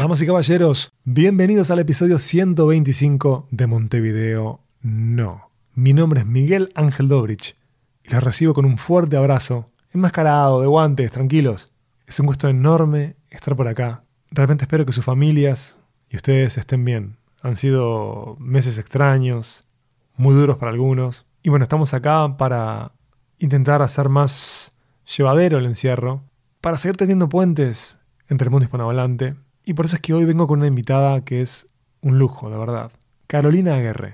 Damas y caballeros, bienvenidos al episodio 125 de Montevideo No. Mi nombre es Miguel Ángel Dobrich y los recibo con un fuerte abrazo, enmascarado, de guantes, tranquilos. Es un gusto enorme estar por acá. Realmente espero que sus familias y ustedes estén bien. Han sido meses extraños, muy duros para algunos. Y bueno, estamos acá para intentar hacer más llevadero el encierro, para seguir teniendo puentes entre el mundo hispanohablante. Y por eso es que hoy vengo con una invitada que es un lujo, de verdad. Carolina Aguerre.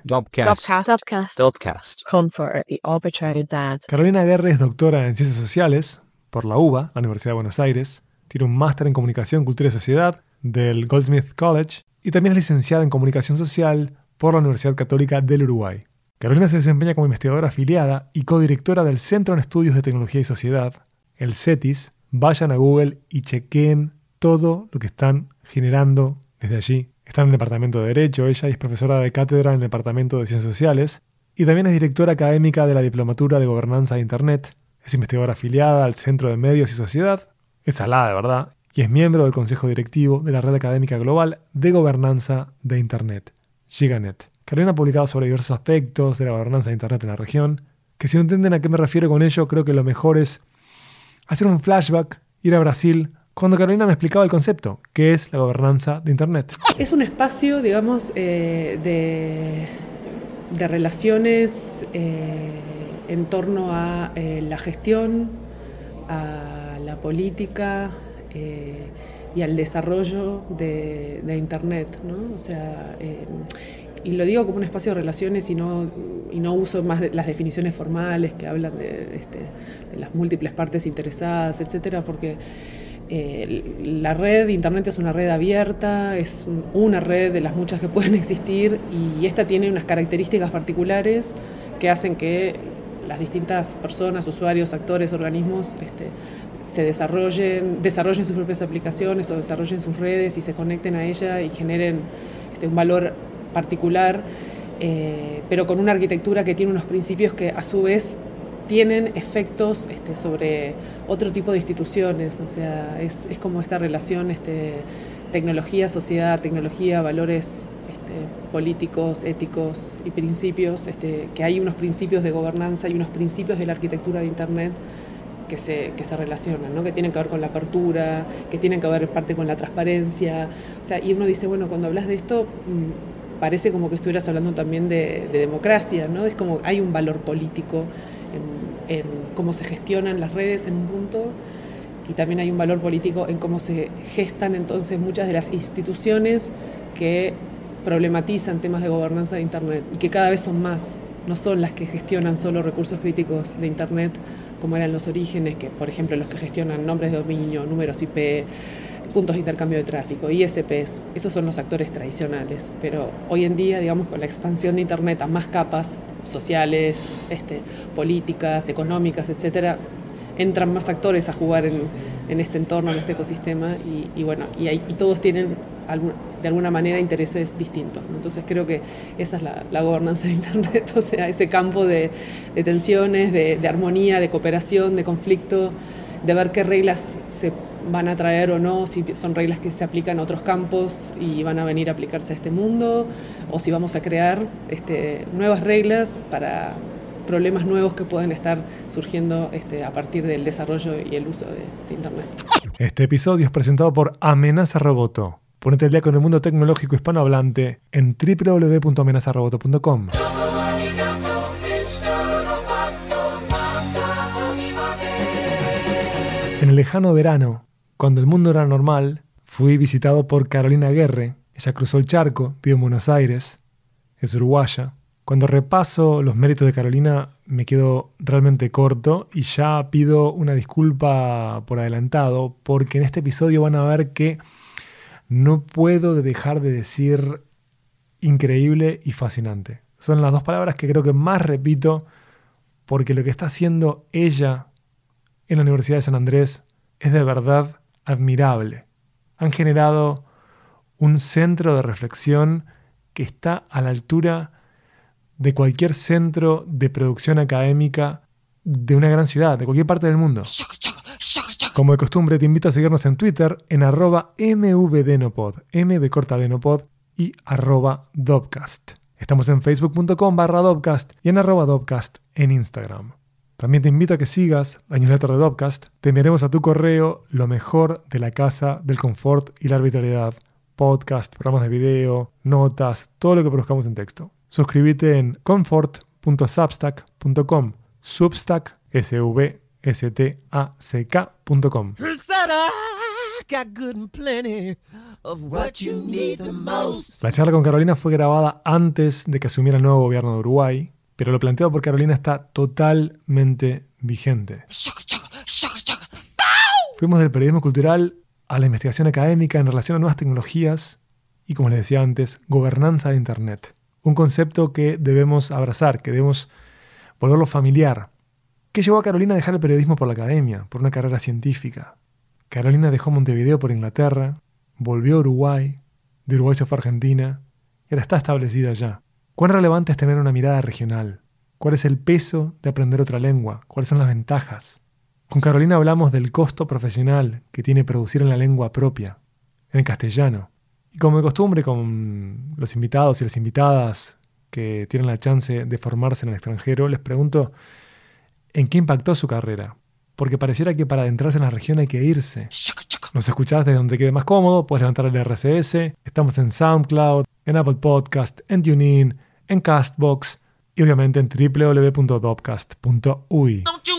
Dopcast. Comfort the arbitrary dad. Carolina Aguerre es doctora en Ciencias Sociales por la UBA, la Universidad de Buenos Aires. Tiene un máster en Comunicación, Cultura y Sociedad del Goldsmith College. Y también es licenciada en Comunicación Social por la Universidad Católica del Uruguay. Carolina se desempeña como investigadora afiliada y codirectora del Centro en Estudios de Tecnología y Sociedad, el CETIS. Vayan a Google y chequeen todo lo que están generando desde allí. Está en el Departamento de Derecho, ella es profesora de cátedra en el Departamento de Ciencias Sociales y también es directora académica de la Diplomatura de Gobernanza de Internet. Es investigadora afiliada al Centro de Medios y Sociedad, es salada de verdad, y es miembro del Consejo Directivo de la Red Académica Global de Gobernanza de Internet, GigaNet. Carolina ha publicado sobre diversos aspectos de la gobernanza de Internet en la región, que si no entienden a qué me refiero con ello, creo que lo mejor es hacer un flashback, ir a Brasil, cuando Carolina me explicaba el concepto, que es la gobernanza de Internet. Es un espacio, digamos, de relaciones en torno a la gestión, a la política y al desarrollo de Internet, ¿no? O sea, y lo digo como un espacio de relaciones y no uso más las definiciones formales que hablan de las múltiples partes interesadas, etcétera, porque la red de Internet es una red abierta, es una red de las muchas que pueden existir y esta tiene unas características particulares que hacen que las distintas personas, usuarios, actores, organismos se desarrollen sus propias aplicaciones o desarrollen sus redes y se conecten a ella y generen un valor particular, pero con una arquitectura que tiene unos principios que a su vez tienen efectos sobre otro tipo de instituciones. O sea, es como esta relación tecnología, sociedad, tecnología, valores políticos, éticos y principios, que hay unos principios de gobernanza y unos principios de la arquitectura de Internet que se relacionan, ¿no? Que tienen que ver con la apertura, que tienen que ver en parte con la transparencia. O sea, y uno dice, bueno, cuando hablas de esto parece como que estuvieras hablando también de democracia, ¿no? Es como hay un valor político en cómo se gestionan las redes en un punto, y también hay un valor político en cómo se gestan entonces muchas de las instituciones que problematizan temas de gobernanza de Internet y que cada vez son más, no son las que gestionan solo recursos críticos de Internet como eran los orígenes, que por ejemplo los que gestionan nombres de dominio, números IP, puntos de intercambio de tráfico, ISPs, esos son los actores tradicionales, pero hoy en día, digamos, con la expansión de Internet a más capas sociales, políticas, económicas, etcétera, entran más actores a jugar en este entorno, en este ecosistema, y todos tienen de alguna manera intereses distintos, ¿no? Entonces creo que esa es la gobernanza de Internet, o sea, ese campo de tensiones, de armonía, de cooperación, de conflicto, de ver qué reglas se van a traer o no, si son reglas que se aplican a otros campos y van a venir a aplicarse a este mundo, o si vamos a crear nuevas reglas para problemas nuevos que pueden estar surgiendo a partir del desarrollo y el uso de Internet. Este episodio es presentado por Amenaza Roboto. Ponete al día con el mundo tecnológico hispanohablante en www.amenazaroboto.com. En el lejano verano, cuando el mundo era normal, fui visitado por Carolina Aguerre. Ella cruzó el charco, vive en Buenos Aires, es uruguaya. Cuando repaso los méritos de Carolina me quedo realmente corto y ya pido una disculpa por adelantado, porque en este episodio van a ver que no puedo dejar de decir increíble y fascinante. Son las dos palabras que creo que más repito, porque lo que está haciendo ella en la Universidad de San Andrés es de verdad admirable. Han generado un centro de reflexión que está a la altura de cualquier centro de producción académica de una gran ciudad, de cualquier parte del mundo. Como de costumbre, te invito a seguirnos en Twitter en @mvdenopod, mvdenopod y @dopcast. Estamos en facebook.com/dopcast y en @dopcast en Instagram. También te invito a que sigas la newsletter de Dopcast. Te enviaremos a tu correo lo mejor de la casa del confort y la arbitrariedad. Podcast, programas de video, notas, todo lo que produzcamos en texto. Suscríbete en comfort.substack.com. Substack, substack.com. La charla con Carolina fue grabada antes de que asumiera el nuevo gobierno de Uruguay, pero lo planteado por Carolina está totalmente vigente. Fuimos del periodismo cultural a la investigación académica en relación a nuevas tecnologías y, como les decía antes, gobernanza de Internet. Un concepto que debemos abrazar, que debemos volverlo familiar. ¿Qué llevó a Carolina a dejar el periodismo por la academia, por una carrera científica? Carolina dejó Montevideo por Inglaterra, volvió a Uruguay, de Uruguay se fue a Argentina y ahora está establecida allá. ¿Cuán relevante es tener una mirada regional? ¿Cuál es el peso de aprender otra lengua? ¿Cuáles son las ventajas? Con Carolina hablamos del costo profesional que tiene producir en la lengua propia, en el castellano. Y como de costumbre con los invitados y las invitadas que tienen la chance de formarse en el extranjero, les pregunto ¿en qué impactó su carrera? Porque pareciera que para adentrarse en la región hay que irse. Nos escuchás desde donde quede más cómodo, puedes levantar el RSS, estamos en SoundCloud, en Apple Podcast, en TuneIn, en Castbox y obviamente en www.dopcast.uy.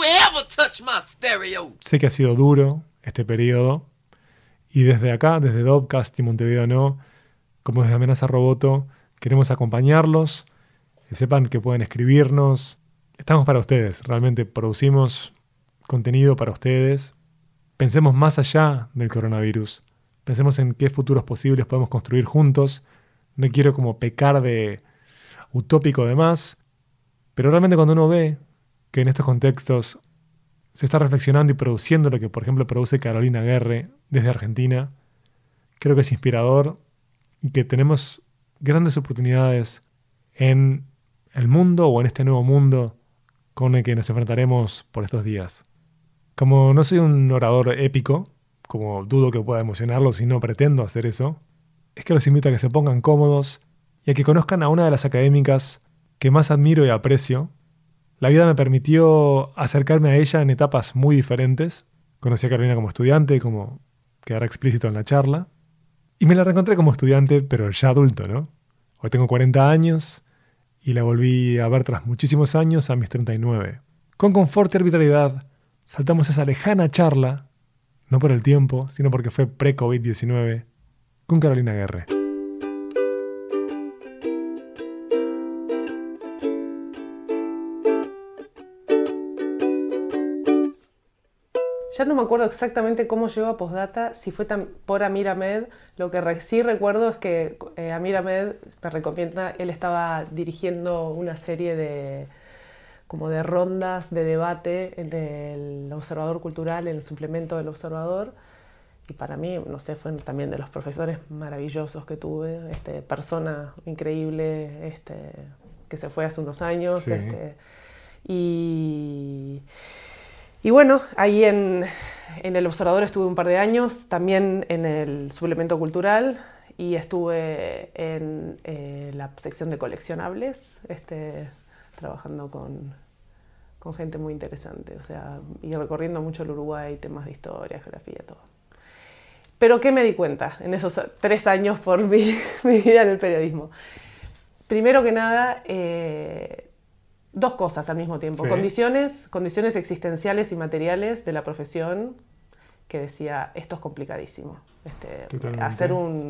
Sé que ha sido duro este periodo y desde acá, desde Dopcast y Montevideo No, como desde Amenaza Roboto, queremos acompañarlos, que sepan que pueden escribirnos. Estamos para ustedes, realmente producimos contenido para ustedes. Pensemos más allá del coronavirus. Pensemos en qué futuros posibles podemos construir juntos. No quiero como pecar de utópico de más, pero realmente cuando uno ve que en estos contextos se está reflexionando y produciendo lo que, por ejemplo, produce Carolina Guerre desde Argentina, creo que es inspirador y que tenemos grandes oportunidades en el mundo o en este nuevo mundo con el que nos enfrentaremos por estos días. Como no soy un orador épico, como dudo que pueda emocionarlos y no pretendo hacer eso, es que los invito a que se pongan cómodos y a que conozcan a una de las académicas que más admiro y aprecio. La vida me permitió acercarme a ella en etapas muy diferentes. Conocí a Carolina como estudiante, como quedará explícito en la charla, y me la reencontré como estudiante, pero ya adulto, ¿no? Hoy tengo 40 años y la volví a ver tras muchísimos años a mis 39. Con confort y arbitrariedad saltamos esa lejana charla, no por el tiempo, sino porque fue pre-COVID-19, con Carolina Guerre. Ya no me acuerdo exactamente cómo llegó a Postdata, si fue por Amir Ahmed. Lo que sí recuerdo es que Amir Ahmed me recomienda, él estaba dirigiendo una serie de rondas de debate en el Observador Cultural, en el suplemento del Observador. Y para mí, no sé, fue también de los profesores maravillosos que tuve, persona increíble, que se fue hace unos años. Sí. Y bueno, ahí en el Observador estuve un par de años, también en el suplemento cultural, y estuve en la sección de coleccionables, trabajando con gente muy interesante, o sea, y recorriendo mucho el Uruguay, temas de historia, geografía, todo. Pero ¿qué me di cuenta en esos 3 años por mi vida en el periodismo? Primero que nada, 2 cosas al mismo tiempo. Sí. Condiciones existenciales y materiales de la profesión, que decía, esto es complicadísimo. Hacer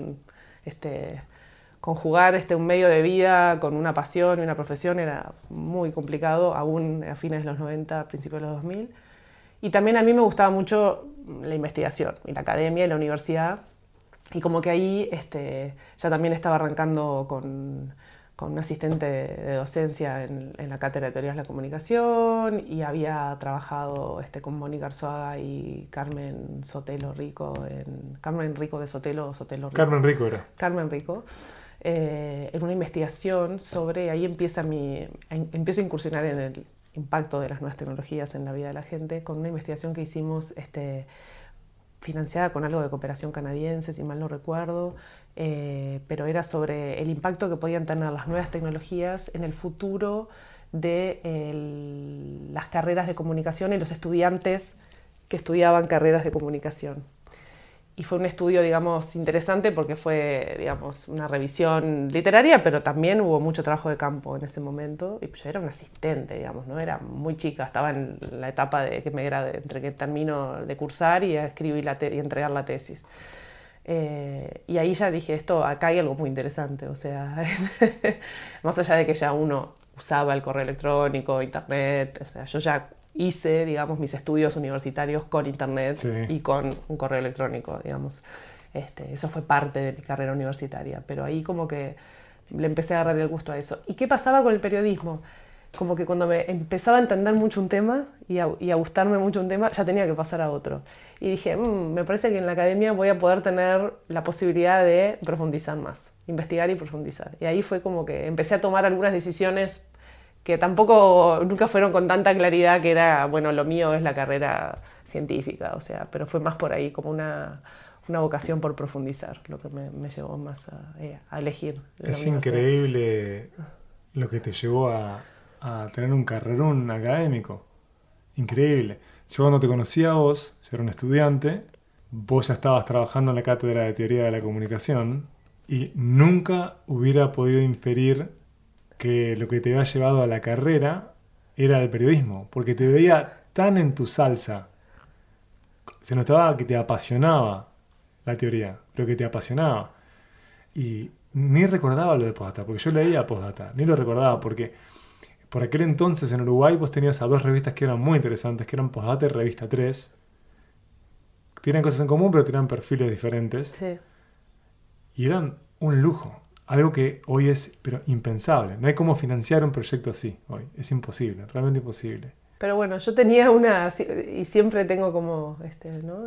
conjugar un medio de vida con una pasión y una profesión era muy complicado, aún a fines de los 90, principios de los 2000. Y también a mí me gustaba mucho la investigación, y la academia y la universidad. Y como que ahí ya también estaba arrancando con un asistente de docencia en la Cátedra de Teorías de la Comunicación, y había trabajado con Mónica Arzuaga y Carmen Sotelo Rico, Carmen Rico de Sotelo Rico. Carmen Rico era. Carmen Rico, en una investigación sobre, ahí empiezo a incursionar en impacto de las nuevas tecnologías en la vida de la gente, con una investigación que hicimos financiada con algo de cooperación canadiense, si mal no recuerdo, pero era sobre el impacto que podían tener las nuevas tecnologías en el futuro de las carreras de comunicación y los estudiantes que estudiaban carreras de comunicación. Y fue un estudio, digamos, interesante porque fue, digamos, una revisión literaria, pero también hubo mucho trabajo de campo en ese momento. Y yo era una asistente, digamos, ¿no? Era muy chica, estaba en la etapa de que me gradué, entre que termino de cursar y a escribir y entregar la tesis. Y ahí ya dije, acá hay algo muy interesante, o sea, más allá de que ya uno usaba el correo electrónico, internet, o sea, yo ya hice, digamos, mis estudios universitarios con internet y con un correo electrónico, digamos. Eso fue parte de mi carrera universitaria, pero ahí como que le empecé a agarrar el gusto a eso. ¿Y qué pasaba con el periodismo? Como que cuando me empezaba a entender mucho un tema y a gustarme mucho un tema, ya tenía que pasar a otro. Y dije, me parece que en la academia voy a poder tener la posibilidad de profundizar más, investigar y profundizar. Y ahí fue como que empecé a tomar algunas decisiones que tampoco nunca fueron con tanta claridad, que era, bueno, lo mío es la carrera científica, o sea, pero fue más por ahí, como una vocación por profundizar, lo que me llevó más a elegir. Es increíble lo que te llevó a tener un carrerón académico. Increíble. Yo cuando te conocí a vos, yo era un estudiante, vos ya estabas trabajando en la cátedra de teoría de la comunicación y nunca hubiera podido inferir que lo que te había llevado a la carrera era el periodismo, porque te veía tan en tu salsa. Se notaba que te apasionaba la teoría, pero que te apasionaba. Y ni recordaba lo de Postdata, porque yo leía Postdata, ni lo recordaba, porque por aquel entonces en Uruguay vos tenías a dos revistas que eran muy interesantes, que eran Postdata y Revista 3. Tienen cosas en común, pero tenían perfiles diferentes. Sí. Y eran un lujo. Algo que hoy es pero impensable. No hay cómo financiar un proyecto así hoy. Es imposible, realmente imposible. Pero bueno, yo tenía y siempre tengo como, ¿no?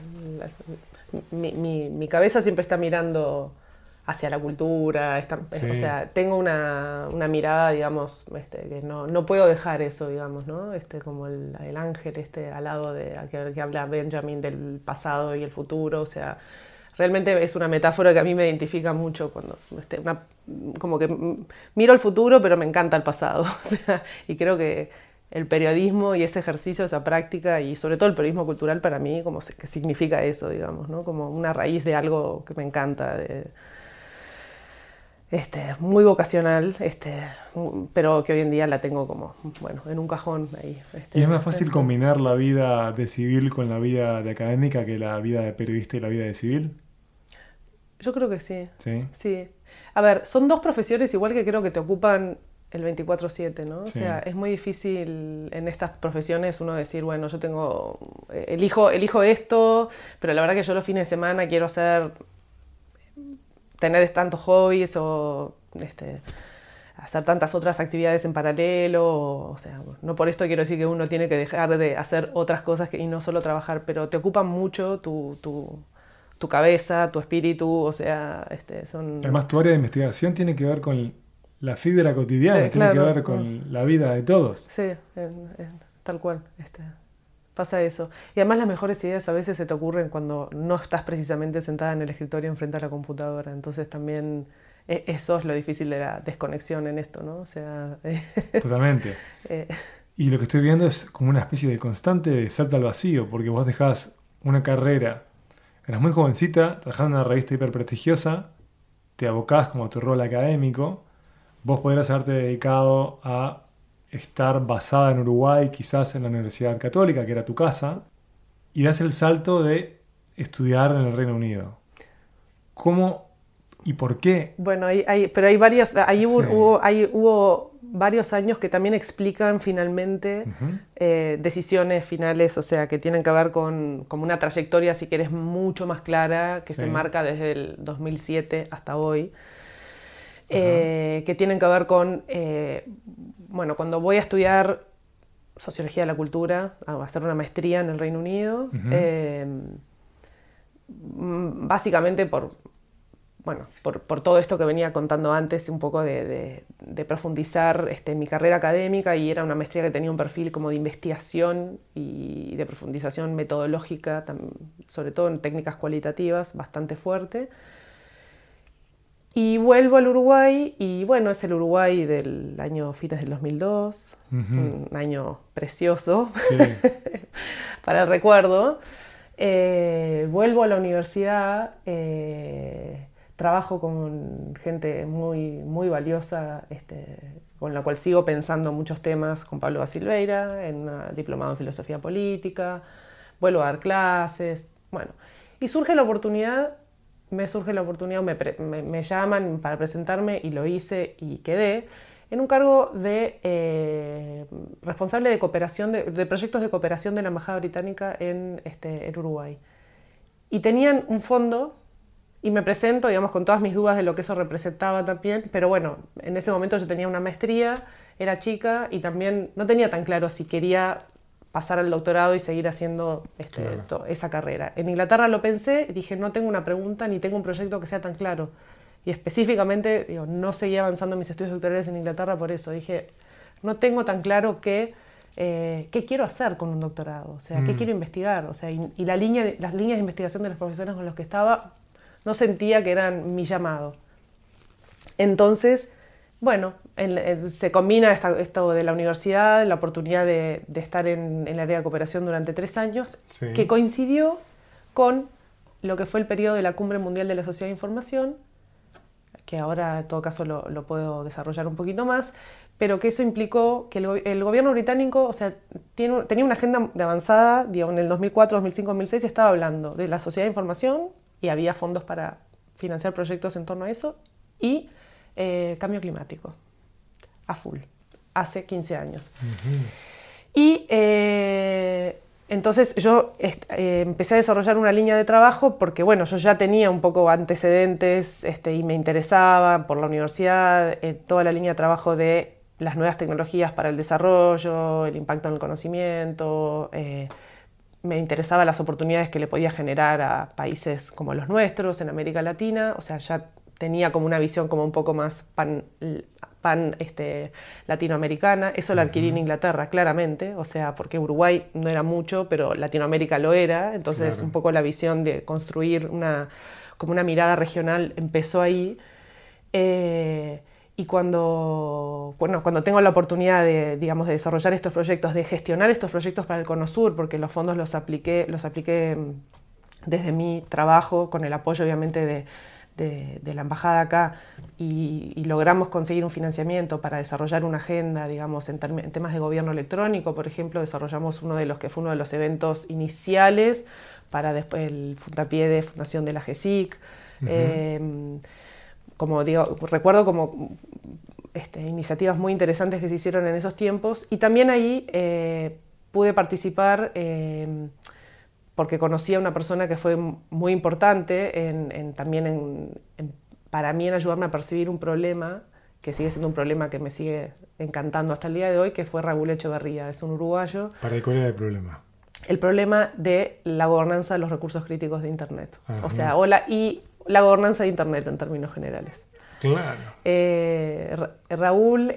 Mi cabeza siempre está mirando hacia la cultura, Sí. O sea, tengo una mirada, digamos, que no puedo dejar eso, digamos, ¿no? Como el ángel al lado de que habla Benjamin del pasado y el futuro, o sea, realmente es una metáfora que a mí me identifica mucho cuando como que miro el futuro, pero me encanta el pasado. O sea, y creo que el periodismo y ese ejercicio, esa práctica, y sobre todo el periodismo cultural para mí, como que significa eso, digamos, ¿no? Como una raíz de algo que me encanta, muy vocacional, pero que hoy en día la tengo como, bueno, en un cajón ahí. ¿Y es más fácil combinar la vida de civil con la vida de académica que la vida de periodista y la vida de civil? Yo creo que sí. Sí. Sí. A ver, son dos profesiones igual que creo que te ocupan el 24/7, ¿no? O Sí. sea, es muy difícil en estas profesiones uno decir, bueno, yo elijo esto, pero la verdad que yo los fines de semana quiero tener tantos hobbies o hacer tantas otras actividades en paralelo, o sea, no por esto quiero decir que uno tiene que dejar de hacer otras cosas y no solo trabajar, pero te ocupan mucho tu cabeza, tu espíritu, o sea, Además, tu área de investigación tiene que ver con la fibra cotidiana, tiene que ver con la vida de todos. Sí, tal cual. Pasa eso. Y además las mejores ideas a veces se te ocurren cuando no estás precisamente sentada en el escritorio enfrente a la computadora. Entonces también eso es lo difícil de la desconexión en esto, ¿no? O sea, Totalmente. Y lo que estoy viendo es como una especie de constante salto al vacío, porque vos dejás una carrera, eras muy jovencita, trabajando en una revista hiperprestigiosa, te abocás como a tu rol académico, vos podrías haberte dedicado a estar basada en Uruguay, quizás en la Universidad Católica, que era tu casa, y das el salto de estudiar en el Reino Unido. ¿Cómo y por qué? Bueno, pero hay varios, Sí. hubo varios años que también explican finalmente decisiones finales, o sea, que tienen que ver con como una trayectoria, si querés, mucho más clara, que Sí. se marca desde el 2007 hasta hoy. Que tienen que ver con, bueno, cuando voy a estudiar Sociología de la Cultura, a hacer una maestría en el Reino Unido, básicamente bueno, por todo esto que venía contando antes, un poco de profundizar mi carrera académica, y era una maestría que tenía un perfil como de investigación y de profundización metodológica, sobre todo en técnicas cualitativas, bastante fuerte. Y vuelvo al Uruguay, y bueno, es el Uruguay del año fines del 2002, un año precioso sí. para el recuerdo. Vuelvo a la universidad, trabajo con gente muy, muy valiosa, con la cual sigo pensando muchos temas, con Pablo da Silveira, en un diplomado en filosofía política, vuelvo a dar clases, bueno, y surge la oportunidad, me llaman para presentarme, y lo hice y quedé en un cargo de responsable de cooperación, de proyectos de cooperación de la Embajada Británica en Uruguay. Y tenían un fondo, y me presento, digamos, con todas mis dudas de lo que eso representaba también, pero bueno, en ese momento yo tenía una maestría, era chica, y también no tenía tan claro si quería pasar al doctorado y seguir haciendo esa carrera. En Inglaterra lo pensé, dije, no tengo una pregunta ni tengo un proyecto que sea tan claro. Y específicamente, no seguía avanzando en mis estudios doctorales en Inglaterra por eso. Dije, no tengo tan claro qué quiero hacer con un doctorado, o sea, qué quiero investigar. O sea, y las líneas de investigación de los profesores con los que estaba, no sentía que eran mi llamado. Entonces, bueno, se combina esto de la universidad, la oportunidad de estar en el área de cooperación durante 3 años, sí. que coincidió con lo que fue el periodo de la Cumbre Mundial de la Sociedad de Información, que ahora en todo caso lo puedo desarrollar un poquito más, pero que eso implicó que el gobierno británico, o sea, tenía una agenda de avanzada, digamos, en el 2004, 2005, 2006 estaba hablando de la sociedad de información, y había fondos para financiar proyectos en torno a eso, y cambio climático, a full, hace 15 años. Uh-huh. Y entonces yo empecé a desarrollar una línea de trabajo porque, bueno, yo ya tenía un poco antecedentes y me interesaba por la universidad toda la línea de trabajo de las nuevas tecnologías para el desarrollo, el impacto en el conocimiento, me interesaban las oportunidades que le podía generar a países como los nuestros, en América Latina, o sea, ya tenía como una visión como un poco más latinoamericana. Eso lo adquirí en Inglaterra, claramente, o sea, porque Uruguay no era mucho, pero Latinoamérica lo era, entonces claro. Un poco la visión de construir como una mirada regional empezó ahí. Y cuando tengo la oportunidad de desarrollar estos proyectos, de gestionar estos proyectos para el Cono Sur, porque los fondos los apliqué desde mi trabajo, con el apoyo obviamente de la embajada acá, y logramos conseguir un financiamiento para desarrollar una agenda, digamos, en temas de gobierno electrónico, por ejemplo, desarrollamos uno de los eventos iniciales para después el puntapié de fundación de la GESIC. Uh-huh. Como digo, recuerdo como iniciativas muy interesantes que se hicieron en esos tiempos, y también ahí pude participar porque conocí a una persona que fue muy importante para mí en ayudarme a percibir un problema, que sigue siendo un problema que me sigue encantando hasta el día de hoy, que fue Raúl Echeverría, es un uruguayo. ¿Cuál era el problema? El problema de la gobernanza de los recursos críticos de Internet. Ajá. O sea, la gobernanza de Internet en términos generales. Claro. Raúl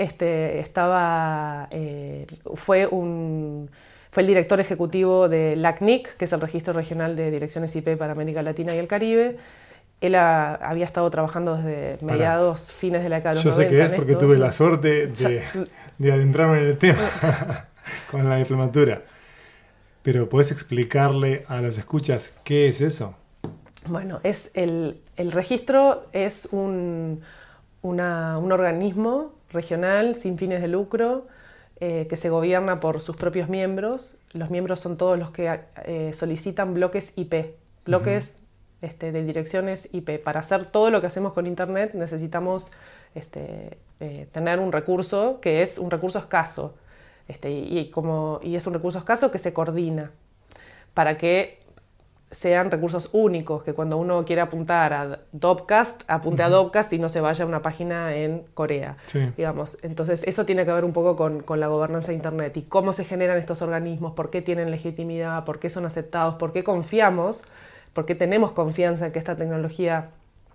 fue el director ejecutivo de LACNIC, que es el Registro Regional de Direcciones IP para América Latina y el Caribe. Él había estado trabajando desde fines de la década de los 90. Yo sé que es porque tuve la suerte de adentrarme en el tema con la diplomatura. Pero ¿puedes explicarle a los escuchas qué es eso? Bueno, el registro es un organismo regional sin fines de lucro que se gobierna por sus propios miembros. Los miembros son todos los que solicitan bloques IP, bloques de direcciones IP. Para hacer todo lo que hacemos con Internet necesitamos tener un recurso que es un recurso escaso, y es un recurso escaso que se coordina para que sean recursos únicos, que cuando uno quiere apuntar a Dopcast, apunte a Dopcast y no se vaya a una página en Corea, sí. Digamos. Entonces eso tiene que ver un poco con la gobernanza de Internet y cómo se generan estos organismos, por qué tienen legitimidad, por qué son aceptados, por qué confiamos, por qué tenemos confianza en que esta tecnología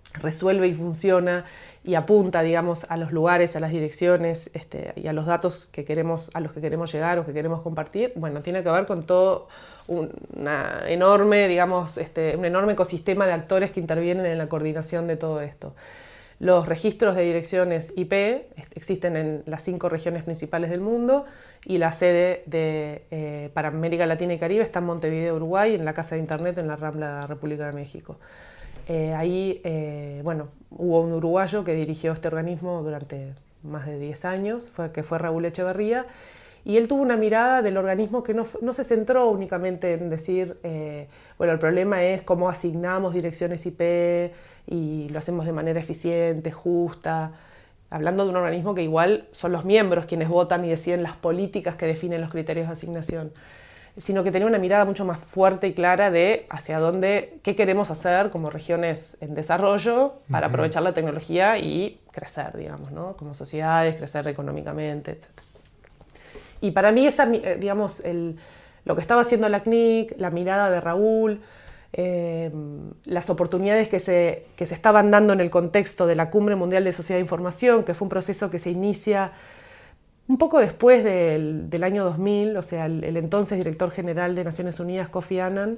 resuelve y funciona y apunta, digamos, a los lugares, a las direcciones y a los datos a los que queremos llegar o que queremos compartir, bueno, tiene que ver con todo un enorme ecosistema de actores que intervienen en la coordinación de todo esto. Los registros de direcciones IP existen en las 5 regiones principales del mundo y la sede para América Latina y Caribe está en Montevideo, Uruguay, en la Casa de Internet en la Rambla República de México. Ahí hubo un uruguayo que dirigió este organismo durante más de 10 años, que fue Raúl Echeverría, y él tuvo una mirada del organismo que no se centró únicamente en decir, el problema es cómo asignamos direcciones IP y lo hacemos de manera eficiente, justa, hablando de un organismo que igual son los miembros quienes votan y deciden las políticas que definen los criterios de asignación, sino que tenía una mirada mucho más fuerte y clara de hacia dónde, qué queremos hacer como regiones en desarrollo para aprovechar la tecnología y crecer, digamos, ¿no? Como sociedades, crecer económicamente, etc. Y para mí lo que estaba haciendo la CNIC, la mirada de Raúl, las oportunidades que se estaban dando en el contexto de la Cumbre Mundial de Sociedad de Información, que fue un proceso que se inicia un poco después del año 2000, o sea, el entonces director general de Naciones Unidas, Kofi Annan,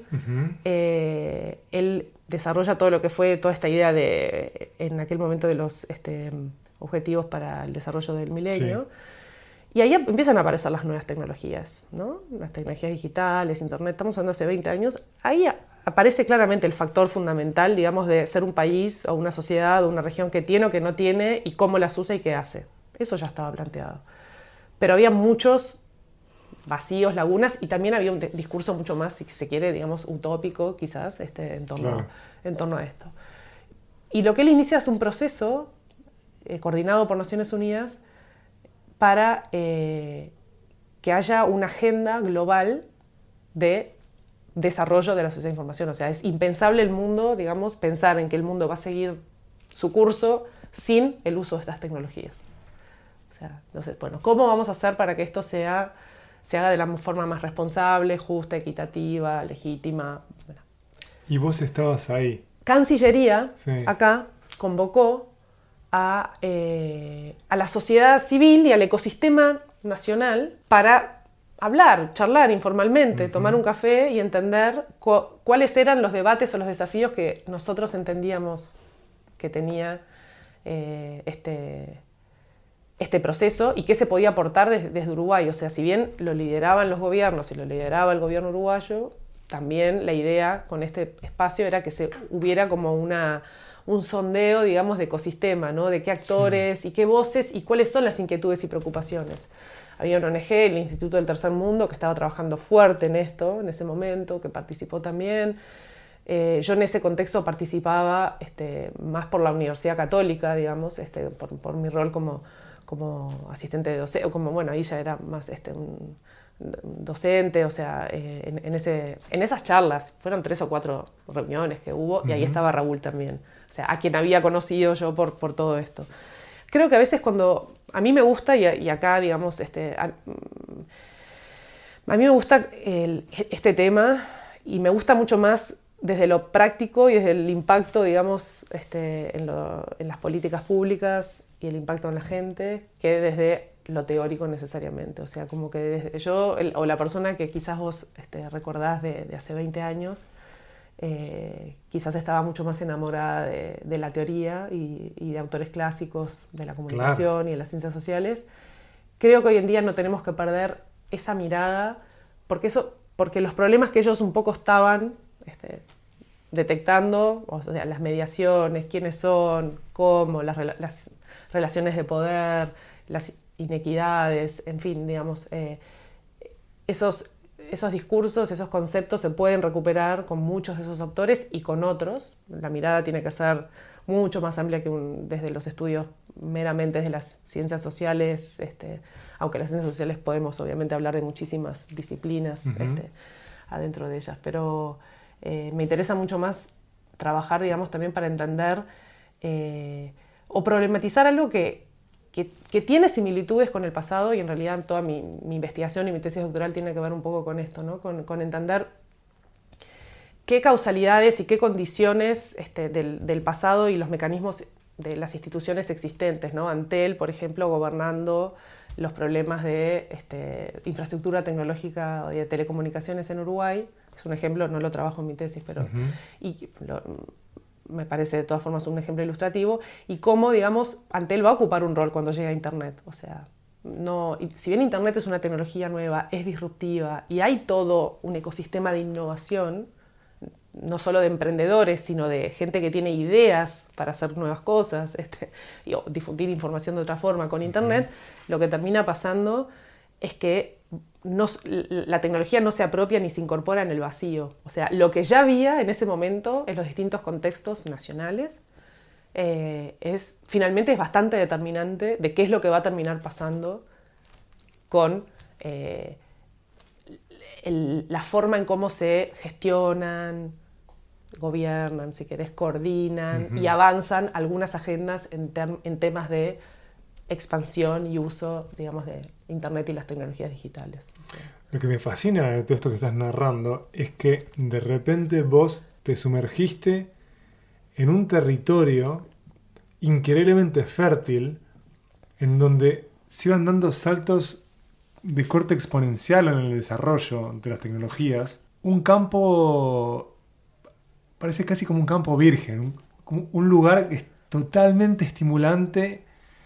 él desarrolla todo lo que fue toda esta idea en aquel momento de los objetivos para el desarrollo del milenio. Sí. Y ahí empiezan a aparecer las nuevas tecnologías, ¿no? Las tecnologías digitales, Internet, estamos hablando hace 20 años. Ahí aparece claramente el factor fundamental, digamos, de ser un país o una sociedad o una región que tiene o que no tiene y cómo las usa y qué hace. Eso ya estaba planteado. Pero había muchos vacíos, lagunas, y también había un discurso mucho más, si se quiere, digamos, utópico, quizás, en torno a esto. Y lo que él inicia es un proceso coordinado por Naciones Unidas para que haya una agenda global de desarrollo de la sociedad de información. O sea, es impensable el mundo, digamos, pensar en que el mundo va a seguir su curso sin el uso de estas tecnologías. O sea, entonces, bueno, ¿cómo vamos a hacer para que esto se haga de la forma más responsable, justa, equitativa, legítima? Bueno. Y vos estabas ahí. Cancillería, sí, acá, convocó a la sociedad civil y al ecosistema nacional para charlar informalmente, tomar un café y entender cuáles eran los debates o los desafíos que nosotros entendíamos que tenía este proceso y qué se podía aportar desde Uruguay. O sea, si bien lo lideraban los gobiernos y lo lideraba el gobierno uruguayo, también la idea con este espacio era que hubiera como un sondeo, digamos, de ecosistema, ¿no? De qué actores y qué voces y cuáles son las inquietudes y preocupaciones. Había una ONG, el Instituto del Tercer Mundo, que estaba trabajando fuerte en esto, en ese momento, que participó también. Yo en ese contexto participaba más por la Universidad Católica, digamos, por mi rol como asistente de docente, ahí ya era más un docente, o sea, en esas charlas, fueron 3 o 4 reuniones que hubo, y ahí estaba Raúl también, o sea, a quien había conocido yo por todo esto. Creo que a veces cuando a mí me gusta, y acá, digamos, a mí me gusta este tema, y me gusta mucho más desde lo práctico y desde el impacto, digamos, en las políticas públicas y el impacto en la gente, que desde lo teórico necesariamente. O sea, como que desde yo, o la persona que quizás vos recordás de hace 20 años, quizás estaba mucho más enamorada de la teoría y de autores clásicos de la comunicación y de las ciencias sociales. Creo que hoy en día no tenemos que perder esa mirada, porque los problemas que ellos un poco estaban detectando, o sea, las mediaciones, quiénes son, cómo, las relaciones de poder, las inequidades, en fin, digamos, esos discursos, esos conceptos se pueden recuperar con muchos de esos autores y con otros. La mirada tiene que ser mucho más amplia que desde los estudios meramente de las ciencias sociales, aunque las ciencias sociales podemos obviamente hablar de muchísimas disciplinas adentro de ellas, pero me interesa mucho más trabajar, digamos, también para entender o problematizar algo que tiene similitudes con el pasado, y en realidad toda mi investigación y mi tesis doctoral tiene que ver un poco con esto, ¿no? Con entender qué causalidades y qué condiciones del pasado y los mecanismos de las instituciones existentes, ¿no? Antel, por ejemplo, gobernando los problemas de infraestructura tecnológica y de telecomunicaciones en Uruguay. Es un ejemplo, no lo trabajo en mi tesis, pero me parece de todas formas un ejemplo ilustrativo. Y cómo, digamos, Antel va a ocupar un rol cuando llegue a Internet. O sea, si bien Internet es una tecnología nueva, es disruptiva y hay todo un ecosistema de innovación, no solo de emprendedores, sino de gente que tiene ideas para hacer nuevas cosas, o difundir información de otra forma con Internet, lo que termina pasando es que la tecnología no se apropia ni se incorpora en el vacío. O sea, lo que ya había en ese momento en los distintos contextos nacionales finalmente es bastante determinante de qué es lo que va a terminar pasando con la forma en cómo se gestionan, gobiernan, si querés, coordinan y avanzan algunas agendas en temas de expansión y uso, digamos, de Internet y las tecnologías digitales. Lo que me fascina de todo esto que estás narrando es que de repente vos te sumergiste en un territorio increíblemente fértil en donde se iban dando saltos de corte exponencial en el desarrollo de las tecnologías. Un campo parece casi como un campo virgen, como un lugar que es totalmente estimulante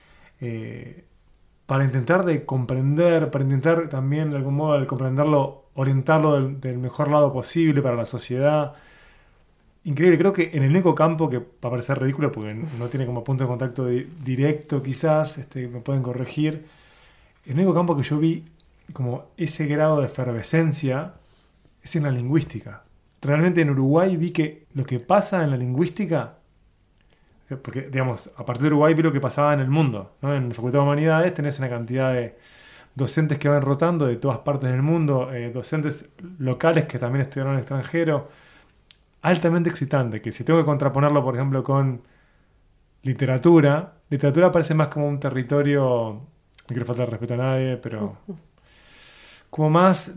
para intentar de comprender, para intentar también de algún modo de comprenderlo, orientarlo del mejor lado posible para la sociedad. Increíble, creo que en el único campo, que va a parecer ridículo porque no tiene como punto de contacto directo quizás, me pueden corregir, el único campo que yo vi como ese grado de efervescencia es en la lingüística. Realmente en Uruguay vi que lo que pasa en la lingüística, porque digamos, a partir de Uruguay vi lo que pasaba en el mundo, ¿no? En la Facultad de Humanidades tenés una cantidad de docentes que van rotando de todas partes del mundo, docentes locales que también estudiaron en el extranjero, altamente excitante, que si tengo que contraponerlo, por ejemplo, con literatura parece más como un territorio, no quiero faltar el respeto a nadie, pero como más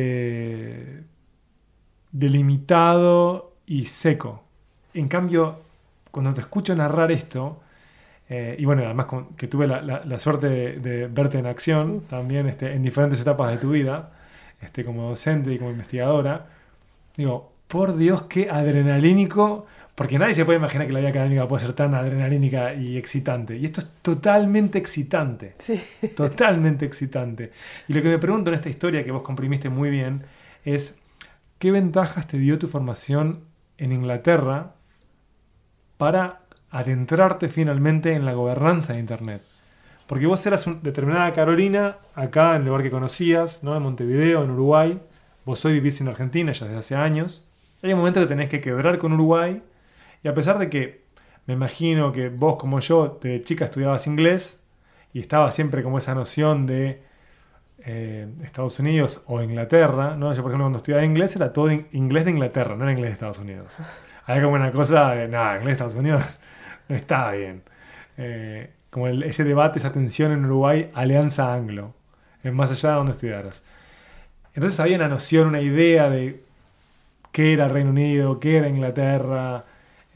delimitado y seco. En cambio, cuando te escucho narrar esto, y bueno, además que tuve la suerte de verte en acción también en diferentes etapas de tu vida, como docente y como investigadora, digo, por Dios, qué adrenalínico, porque nadie se puede imaginar que la vida académica puede ser tan adrenalínica y excitante. Y esto es totalmente excitante. Sí. Totalmente excitante. Y lo que me pregunto en esta historia que vos comprimiste muy bien es, ¿qué ventajas te dio tu formación en Inglaterra para adentrarte finalmente en la gobernanza de Internet? Porque vos eras determinada Carolina, acá en el lugar que conocías, ¿no? En Montevideo, en Uruguay. Vos hoy vivís en Argentina ya desde hace años. Hay un momento que tenés que quebrar con Uruguay. Y a pesar de que me imagino que vos como yo de chica estudiabas inglés y estaba siempre como esa noción de Estados Unidos o Inglaterra, ¿no? Yo por ejemplo cuando estudiaba inglés era todo inglés de Inglaterra, no era inglés de Estados Unidos. Había como una cosa de, inglés de Estados Unidos no estaba bien. Como ese debate, esa tensión en Uruguay, alianza anglo, más allá de donde estudiaras. Entonces había una noción, una idea de qué era el Reino Unido, qué era Inglaterra,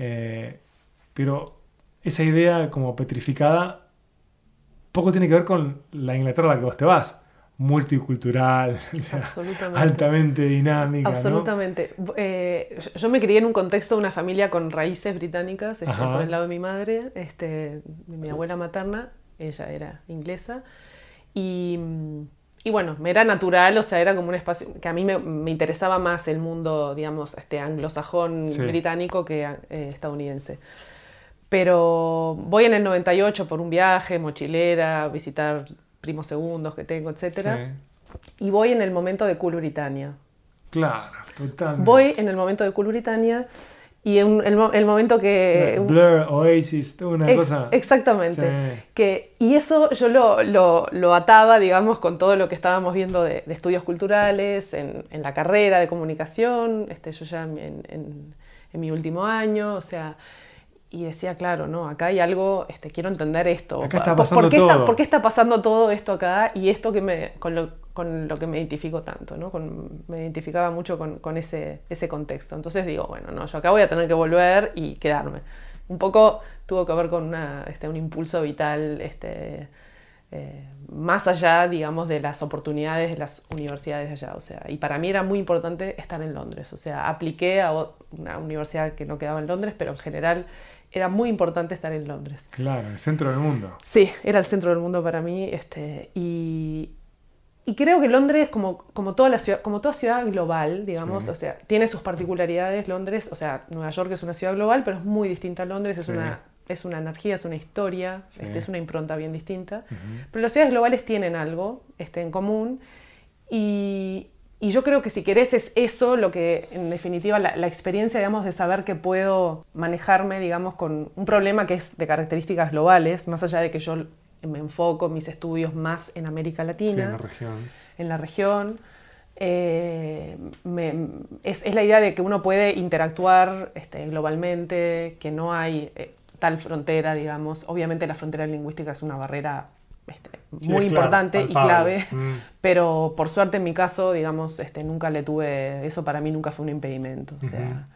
pero esa idea como petrificada poco tiene que ver con la Inglaterra a la que vos te vas. Multicultural, o sea, altamente dinámica. Absolutamente. ¿No? Yo me crié en un contexto de una familia con raíces británicas, por el lado de mi madre, de mi abuela materna, ella era inglesa, y bueno, me era natural, o sea, era como un espacio que a mí me interesaba más el mundo, digamos, anglosajón británico que estadounidense. Pero voy en el 98 por un viaje, mochilera, visitar primos segundos que tengo, etc. Y voy en el momento de Cool Britannia. Claro, totalmente. Voy en el momento de Cool Britannia y el momento que... Blur, Oasis, toda una cosa... Exactamente. Y eso yo lo ataba, digamos, con todo lo que estábamos viendo de estudios culturales, en la carrera de comunicación, yo ya en mi último año, o sea... y decía, claro, ¿no? Acá hay algo, quiero entender esto. Acá está pasando todo. ¿Por qué está pasando todo esto acá? Y esto con lo que me identifico tanto, ¿no? Me identificaba mucho con ese contexto. Entonces digo, bueno, no, yo acá voy a tener que volver y quedarme. Un poco tuvo que ver con un impulso vital, más allá, digamos, de las oportunidades de las universidades allá. O sea, y para mí era muy importante estar en Londres. O sea, apliqué a una universidad que no quedaba en Londres, pero en general era muy importante estar en Londres. Claro, el centro del mundo. Sí, era el centro del mundo para mí. Y creo que Londres, como toda ciudad global, digamos, Sí. o sea, tiene sus particularidades. Londres, o sea, Nueva York es una ciudad global, pero es muy distinta a Londres. Sí. Es una energía, es una historia, Sí. es una impronta bien distinta. Uh-huh. Pero las ciudades globales tienen algo en común. Y yo creo que si querés es eso lo que, en definitiva, la experiencia, digamos, de saber que puedo manejarme, digamos, con un problema que es de características globales, más allá de que yo me enfoco mis estudios más en América Latina. Sí, en la región. En la región. Es la idea de que uno puede interactuar globalmente, que no hay tal frontera, digamos. Obviamente la frontera lingüística es una barrera muy importante y clave, pero por suerte en mi caso, digamos, nunca le tuve, eso para mí nunca fue un impedimento. O sea,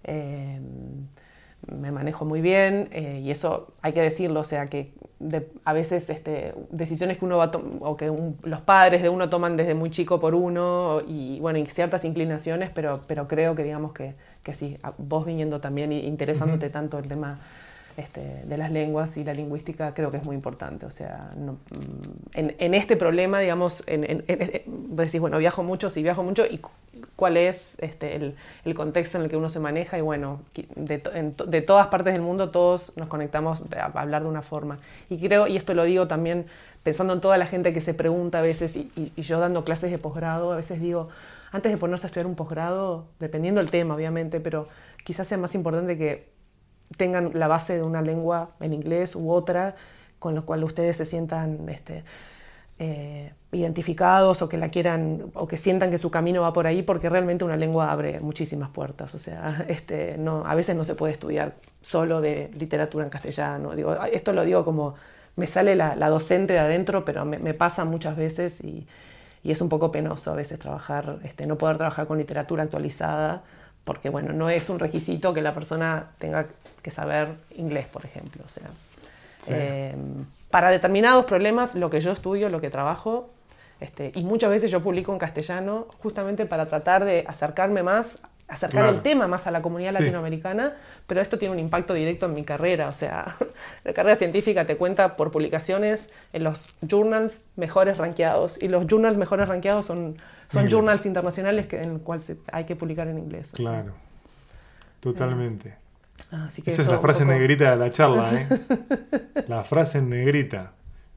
me manejo muy bien y eso hay que decirlo, o sea, que a veces decisiones que uno va o que los padres de uno toman desde muy chico por uno y bueno, y ciertas inclinaciones, pero creo que digamos que sí, vos viniendo también y interesándote tanto el tema de las lenguas y la lingüística, creo que es muy importante. O sea, en este problema, digamos, vos decís, bueno, viajo mucho, sí viajo mucho, y cuál es el contexto en el que uno se maneja, y bueno, de todas partes del mundo todos nos conectamos a hablar de una forma. Y creo, y esto lo digo también pensando en toda la gente que se pregunta a veces, y yo dando clases de posgrado, a veces digo, antes de ponerse a estudiar un posgrado, dependiendo del tema, obviamente, pero quizás sea más importante que tengan la base de una lengua en inglés u otra, con lo cual ustedes se sientan identificados o que la quieran, o que sientan que su camino va por ahí, porque realmente una lengua abre muchísimas puertas. O sea, a veces no se puede estudiar solo de literatura en castellano. Esto lo digo como me sale la docente de adentro, pero me pasa muchas veces y es un poco penoso a veces trabajar, no poder trabajar con literatura actualizada, porque bueno, no es un requisito que la persona tenga que saber inglés, por ejemplo. O sea, sí. Para determinados problemas, lo que yo estudio, lo que trabajo, y muchas veces yo publico en castellano justamente para tratar de acercar claro, el tema más a la comunidad latinoamericana, pero esto tiene un impacto directo en mi carrera. O sea, la carrera científica te cuenta por publicaciones en los journals mejores rankeados, y los journals mejores rankeados son journals internacionales en los cuales hay que publicar en inglés. Claro, totalmente. Así que esa es la frase negrita de la charla, ¿eh? La frase en negrita.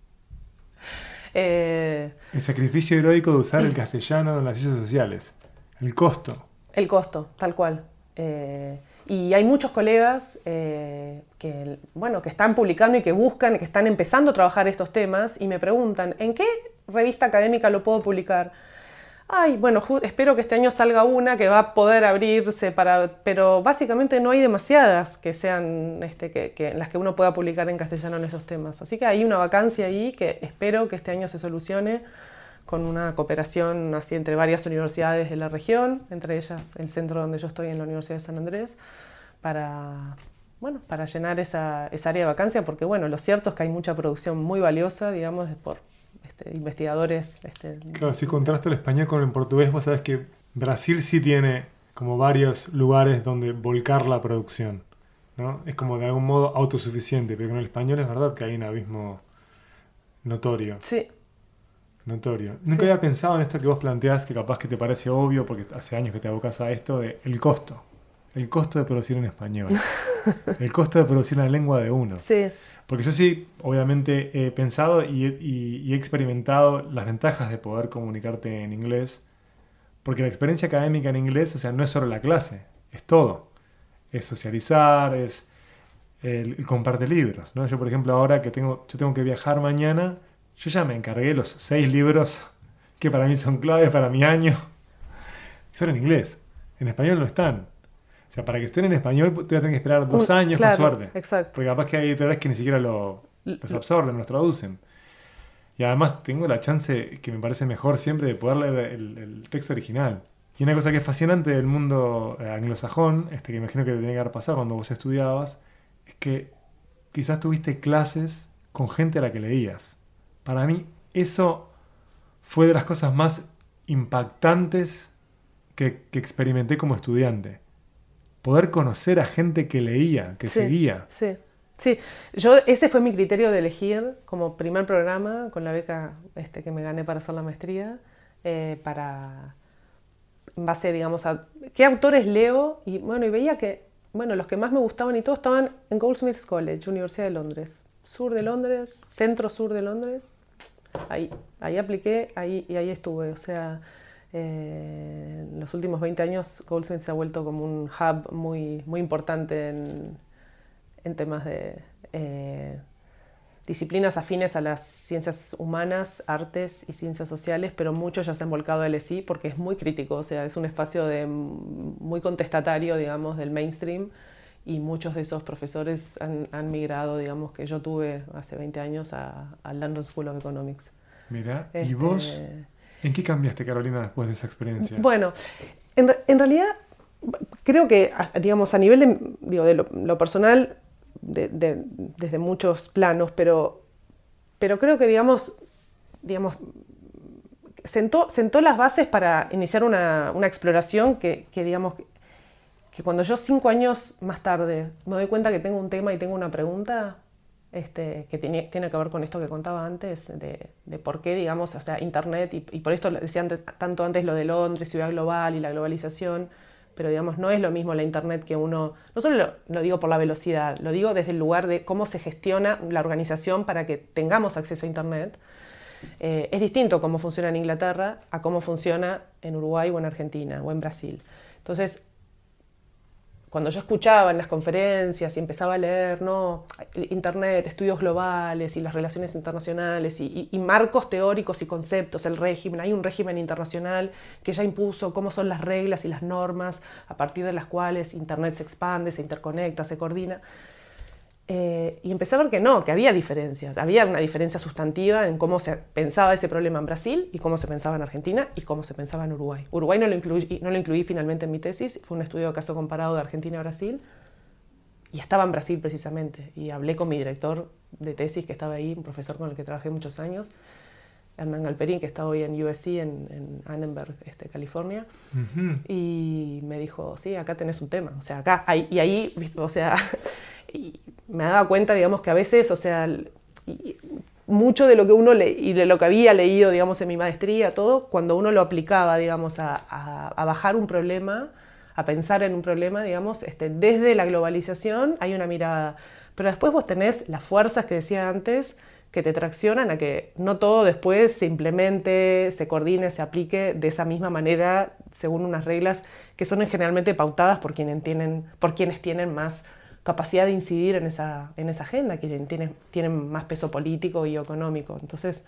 El sacrificio heroico de usar el castellano en las ciencias sociales. El costo. El costo, tal cual. Y hay muchos colegas que están publicando y que buscan, que están empezando a trabajar estos temas y me preguntan, ¿en qué revista académica lo puedo publicar? Ay, bueno, espero que este año salga una que va a poder abrirse pero básicamente no hay demasiadas que sean en las que uno pueda publicar en castellano en esos temas. Así que hay una vacancia ahí que espero que este año se solucione con una cooperación así entre varias universidades de la región, entre ellas el centro donde yo estoy, en la Universidad de San Andrés, para llenar esa área de vacancia, porque bueno, lo cierto es que hay mucha producción muy valiosa, digamos, por investigadores. Claro, si contrasto el español con el portugués, vos sabés que Brasil sí tiene como varios lugares donde volcar la producción, ¿no? Es como de algún modo autosuficiente, pero con el español es verdad que hay un abismo notorio. Sí. Notorio. Nunca había pensado en esto que vos planteás, que capaz que te parece obvio, porque hace años que te abocás a esto, de el costo. El costo de producir en español. El costo de producir en la lengua de uno. Sí. Porque yo sí, obviamente, he pensado y he experimentado las ventajas de poder comunicarte en inglés, porque la experiencia académica en inglés, o sea, no es solo la clase, es todo. Es socializar, es el compartir libros, ¿no? Yo, por ejemplo, ahora que yo tengo que viajar mañana, yo ya me encargué los 6 libros que para mí son claves para mi año. Son en inglés. En español no están. O O sea, para que estén en español, tú vas a tener que esperar 2 años claro, con suerte. Exacto. Porque capaz que hay editores que ni siquiera los absorben, los traducen. Y además tengo la chance, que me parece mejor siempre, de poder leer el texto original. Y una cosa que es fascinante del mundo anglosajón, que me imagino que te tenía que haber pasado cuando vos estudiabas, es que quizás tuviste clases con gente a la que leías. Para mí, eso fue de las cosas más impactantes que experimenté como estudiante. Poder conocer a gente que leía, que seguía. Sí. Ese fue mi criterio de elegir como primer programa con la beca que me gané para hacer la maestría, en base, digamos, a qué autores leo, y veía que, los que más me gustaban y todos estaban en Goldsmiths College, Universidad de Londres, sur de Londres, centro-sur de Londres. Ahí apliqué, ahí estuve, o sea, en los últimos 20 años Goldsmiths se ha vuelto como un hub muy, muy importante en temas de disciplinas afines a las ciencias humanas, artes y ciencias sociales, pero muchos ya se han volcado al LSI porque es muy crítico, o sea, es un espacio muy contestatario, digamos, del mainstream, y muchos de esos profesores han migrado, digamos, que yo tuve hace 20 años al London School of Economics. Mira, ¿y vos en qué cambiaste, Carolina, después de esa experiencia? Bueno, en realidad creo que, digamos, a nivel de lo personal, desde muchos planos, pero creo que, digamos sentó las bases para iniciar una exploración que digamos, que cuando yo 5 años más tarde me doy cuenta que tengo un tema y tengo una pregunta que tiene que ver con esto que contaba antes, de por qué, digamos, o sea, Internet, y por esto decía tanto antes lo de Londres, ciudad global y la globalización, pero digamos, no es lo mismo la Internet que uno, no solo lo digo por la velocidad, lo digo desde el lugar de cómo se gestiona la organización para que tengamos acceso a Internet. Es distinto cómo funciona en Inglaterra a cómo funciona en Uruguay o en Argentina o en Brasil. Entonces, cuando yo escuchaba en las conferencias y empezaba a leer, Internet, estudios globales y las relaciones internacionales y marcos teóricos y conceptos, el régimen, hay un régimen internacional que ya impuso cómo son las reglas y las normas a partir de las cuales Internet se expande, se interconecta, se coordina. Y empecé a ver que había diferencias, había una diferencia sustantiva en cómo se pensaba ese problema en Brasil y cómo se pensaba en Argentina y cómo se pensaba en Uruguay. Uruguay no lo incluí finalmente en mi tesis, fue un estudio de caso comparado de Argentina a Brasil, y estaba en Brasil precisamente, y hablé con mi director de tesis que estaba ahí, un profesor con el que trabajé muchos años, Hernán Galperín, que está hoy en USC, en Annenberg, California, y me dijo, sí, acá tenés un tema, o sea, acá, y ahí, o sea... Y me daba cuenta, digamos, que a veces, o sea, mucho de lo que uno y de lo que había leído, digamos, en mi maestría, todo, cuando uno lo aplicaba, digamos, a bajar un problema, a pensar en un problema, digamos, desde la globalización hay una mirada. Pero después vos tenés las fuerzas que decía antes, que te traccionan a que no todo después se implemente, se coordine, se aplique de esa misma manera, según unas reglas que son generalmente pautadas por quienes tienen más capacidad de incidir en esa agenda, que tienen más peso político y económico. Entonces,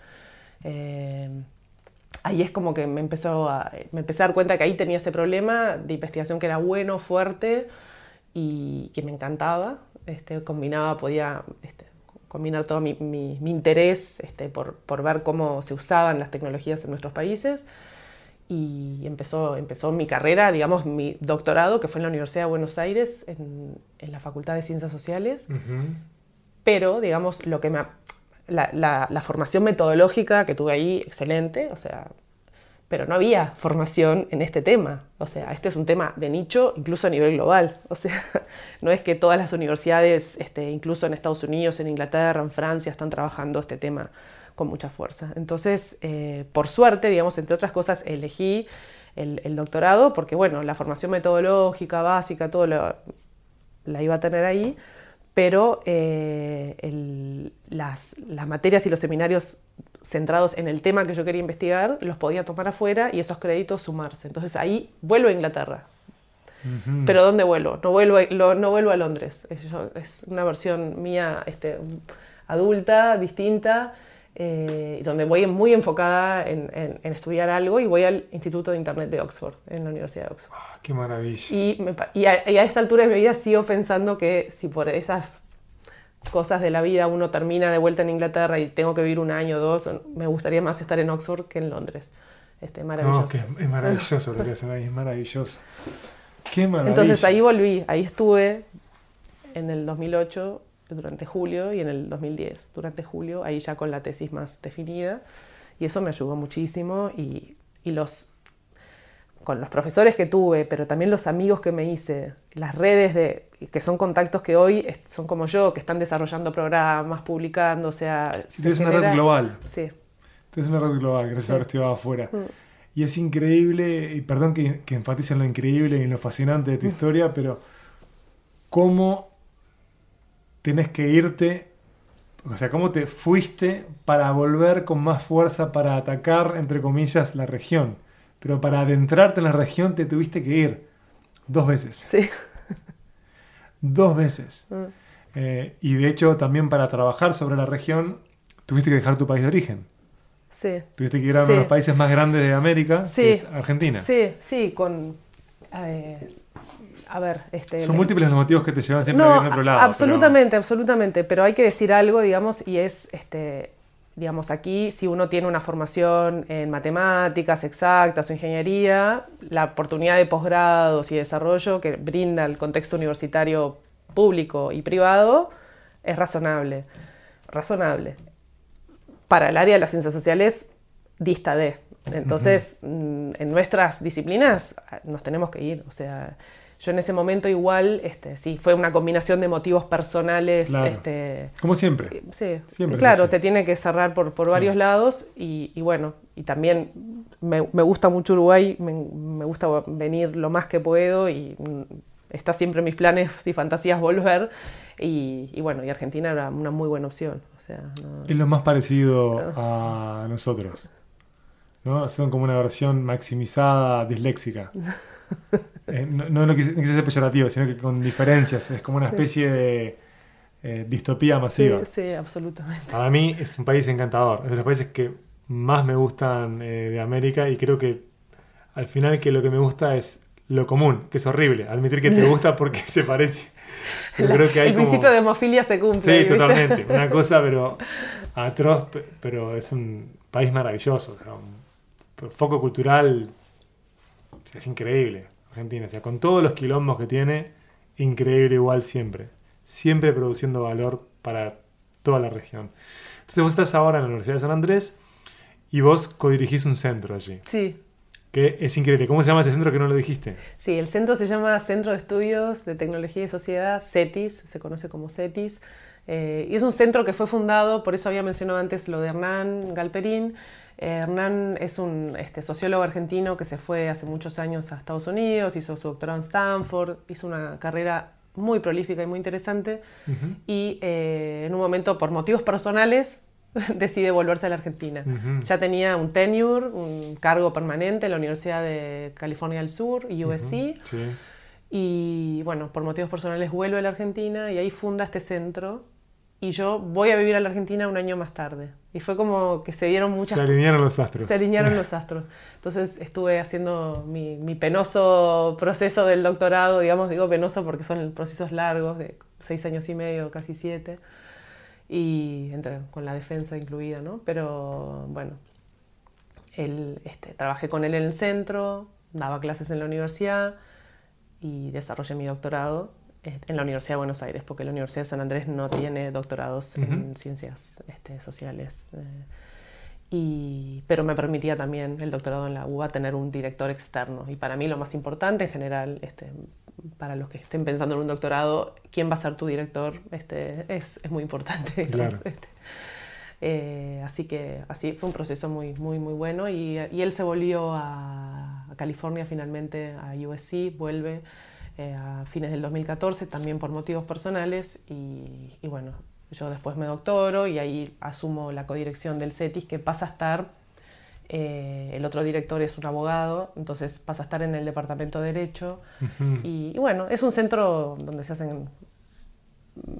ahí es como que me empecé a dar cuenta que ahí tenía ese problema de investigación que era bueno, fuerte y que me encantaba. Podía combinar todo mi interés por ver cómo se usaban las tecnologías en nuestros países. Y empezó mi carrera, digamos, mi doctorado, que fue en la Universidad de Buenos Aires, en la Facultad de Ciencias Sociales. Pero, digamos, la formación metodológica que tuve ahí, excelente, o sea, pero no había formación en este tema. O sea, este es un tema de nicho, incluso a nivel global. O sea, no es que todas las universidades, incluso en Estados Unidos, en Inglaterra, en Francia, están trabajando este tema con mucha fuerza. Entonces, por suerte, digamos, entre otras cosas, elegí el doctorado porque, bueno, la formación metodológica, básica, todo la iba a tener ahí, pero las materias y los seminarios centrados en el tema que yo quería investigar los podía tomar afuera y esos créditos sumarse. Entonces, ahí vuelvo a Inglaterra. ¿Pero dónde vuelvo? No vuelvo a Londres. Es una versión mía adulta, distinta. donde voy muy enfocada en estudiar algo, y voy al Instituto de Internet de Oxford, en la Universidad de Oxford. Oh, ¡qué maravilla! Y a esta altura de mi vida sigo pensando que si por esas cosas de la vida uno termina de vuelta en Inglaterra y tengo que vivir 1 año o 2, me gustaría más estar en Oxford que en Londres. Maravilloso. No, que es maravilloso lo que hacen ahí, es maravilloso. ¡Qué maravilla! Entonces ahí volví, ahí estuve en el 2008 durante julio, y en el 2010 durante julio, ahí ya con la tesis más definida, y eso me ayudó muchísimo, y con los profesores que tuve, pero también los amigos que me hice, las redes que son contactos que hoy son como yo, que están desarrollando programas, publicando, o sea... Si tienes una red global. Sí. Tienes una red global, gracias a haber estudiado afuera. Y es increíble, y perdón que enfatice en lo increíble y en lo fascinante de tu historia, pero cómo tenés que irte, o sea, cómo te fuiste para volver con más fuerza para atacar, entre comillas, la región. Pero para adentrarte en la región te tuviste que ir 2 veces. Sí. 2 veces. Y de hecho también para trabajar sobre la región tuviste que dejar tu país de origen. Sí. Tuviste que ir a uno de los países más grandes de América, sí, que es Argentina. Sí, con... a ver... Son múltiples los motivos que te llevan siempre a ir en otro lado. Absolutamente. Pero hay que decir algo, digamos, y es... digamos, aquí, si uno tiene una formación en matemáticas exactas o ingeniería, la oportunidad de posgrados y desarrollo que brinda el contexto universitario público y privado es razonable. Para el área de las ciencias sociales, dista de. Entonces, en nuestras disciplinas nos tenemos que ir. O sea, yo en ese momento igual, sí, fue una combinación de motivos personales. Claro. Como siempre. Sí, siempre claro, te tiene que cerrar por varios lados, y bueno, y también me gusta mucho Uruguay, me gusta venir lo más que puedo, y está siempre en mis planes y fantasías volver, y bueno, y Argentina era una muy buena opción. O sea, es lo más parecido a nosotros, ¿no? Son como una versión maximizada disléxica. No quise ser peyorativo, sino que con diferencias. Es como una especie de distopía masiva. Sí, absolutamente. Para mí es un país encantador. Es de los países que más me gustan de América, y creo que al final que lo que me gusta es lo común, que es horrible. Admitir que te gusta porque se parece. Pero creo que hay el principio de hemofilia se cumple. Sí, totalmente. Una cosa pero atroz, pero es un país maravilloso. O sea, un foco cultural. Es increíble, Argentina. O sea, con todos los quilombos que tiene, increíble igual siempre. Siempre produciendo valor para toda la región. Entonces vos estás ahora en la Universidad de San Andrés y vos codirigís un centro allí. Sí. Que es increíble. ¿Cómo se llama ese centro que no lo dijiste? Sí, el centro se llama Centro de Estudios de Tecnología y Sociedad, CETIS, se conoce como CETIS. Y es un centro que fue fundado, por eso había mencionado antes lo de Hernán Galperín. Hernán es un sociólogo argentino que se fue hace muchos años a Estados Unidos, hizo su doctorado en Stanford, hizo una carrera muy prolífica y muy interesante, y en un momento, por motivos personales, decide volverse a la Argentina. Ya tenía un tenure, un cargo permanente en la Universidad de California del Sur, USC, Sí. Y bueno, por motivos personales vuelve a la Argentina y ahí funda este centro. Y yo voy a vivir a la Argentina 1 año más tarde. Y fue como que se dieron muchas... Se alinearon los astros. Se alinearon los astros. Entonces estuve haciendo mi penoso proceso del doctorado, digamos, digo penoso porque son procesos largos, de 6 años y medio, casi 7, y con la defensa incluida, ¿no? Pero bueno, trabajé con él en el centro, daba clases en la universidad y desarrollé mi doctorado en la Universidad de Buenos Aires, porque la Universidad de San Andrés no tiene doctorados en ciencias sociales. Pero me permitía también el doctorado en la UBA tener un director externo. Y para mí lo más importante en general, para los que estén pensando en un doctorado, quién va a ser tu director es muy importante. Claro. Así que así fue un proceso muy, muy, muy bueno. Y él se volvió a California finalmente, a USC, vuelve a fines del 2014, también por motivos personales. Y bueno, yo después me doctoro y ahí asumo la codirección del CETIS, que pasa a estar, el otro director es un abogado, entonces pasa a estar en el departamento de Derecho. Y bueno, es un centro donde se hacen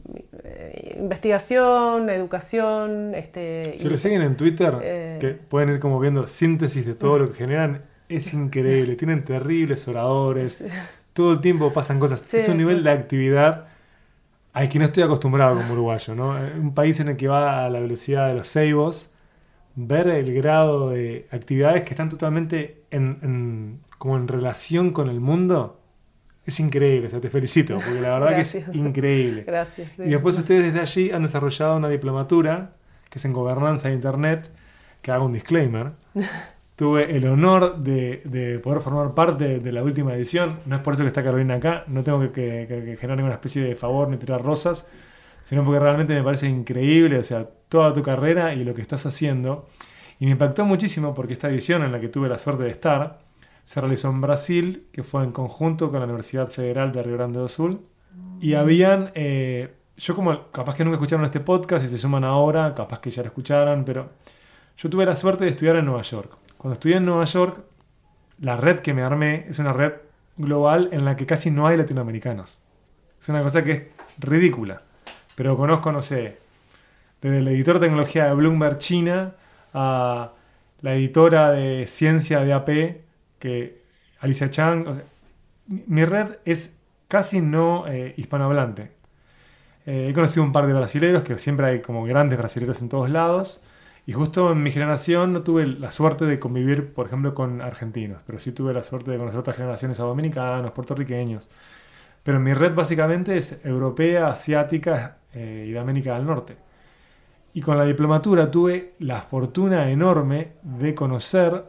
investigación, educación. Si lo siguen en Twitter, que pueden ir como viendo síntesis de todo lo que generan, es increíble. Tienen terribles oradores, todo el tiempo pasan cosas. Sí. Es un nivel de actividad al que no estoy acostumbrado como uruguayo, ¿no? Un país en el que va a la velocidad de los ceibos, ver el grado de actividades que están totalmente como en relación con el mundo, es increíble. O sea, te felicito, porque la verdad Gracias. que es increíble. Gracias. Sí. Y después ustedes desde allí han desarrollado una diplomatura, que es en gobernanza de Internet, que hago un disclaimer. Tuve el honor de poder formar parte de la última edición. No es por eso que está Carolina acá, no tengo que generar ninguna especie de favor ni tirar rosas, sino porque realmente me parece increíble, o sea, toda tu carrera y lo que estás haciendo. Y me impactó muchísimo porque esta edición en la que tuve la suerte de estar se realizó en Brasil, que fue en conjunto con la Universidad Federal de Río Grande do Sul. Y habían, yo como capaz que nunca escucharon este podcast y se suman ahora, capaz que ya lo escucharan, pero yo tuve la suerte de estudiar en Nueva York. Cuando estudié en Nueva York, la red que me armé es una red global en la que casi no hay latinoamericanos. Es una cosa que es ridícula. Pero conozco, no sé, desde el editor de tecnología de Bloomberg China a la editora de ciencia de AP, que Alicia Chang. O sea, mi red es casi no hispanohablante. He conocido un par de brasileros, que siempre hay como grandes brasileros en todos lados. Y justo en mi generación no tuve la suerte de convivir, por ejemplo, con argentinos, pero sí tuve la suerte de conocer otras generaciones a dominicanos, puertorriqueños. Pero mi red básicamente es europea, asiática y de América del Norte. Y con la diplomatura tuve la fortuna enorme de conocer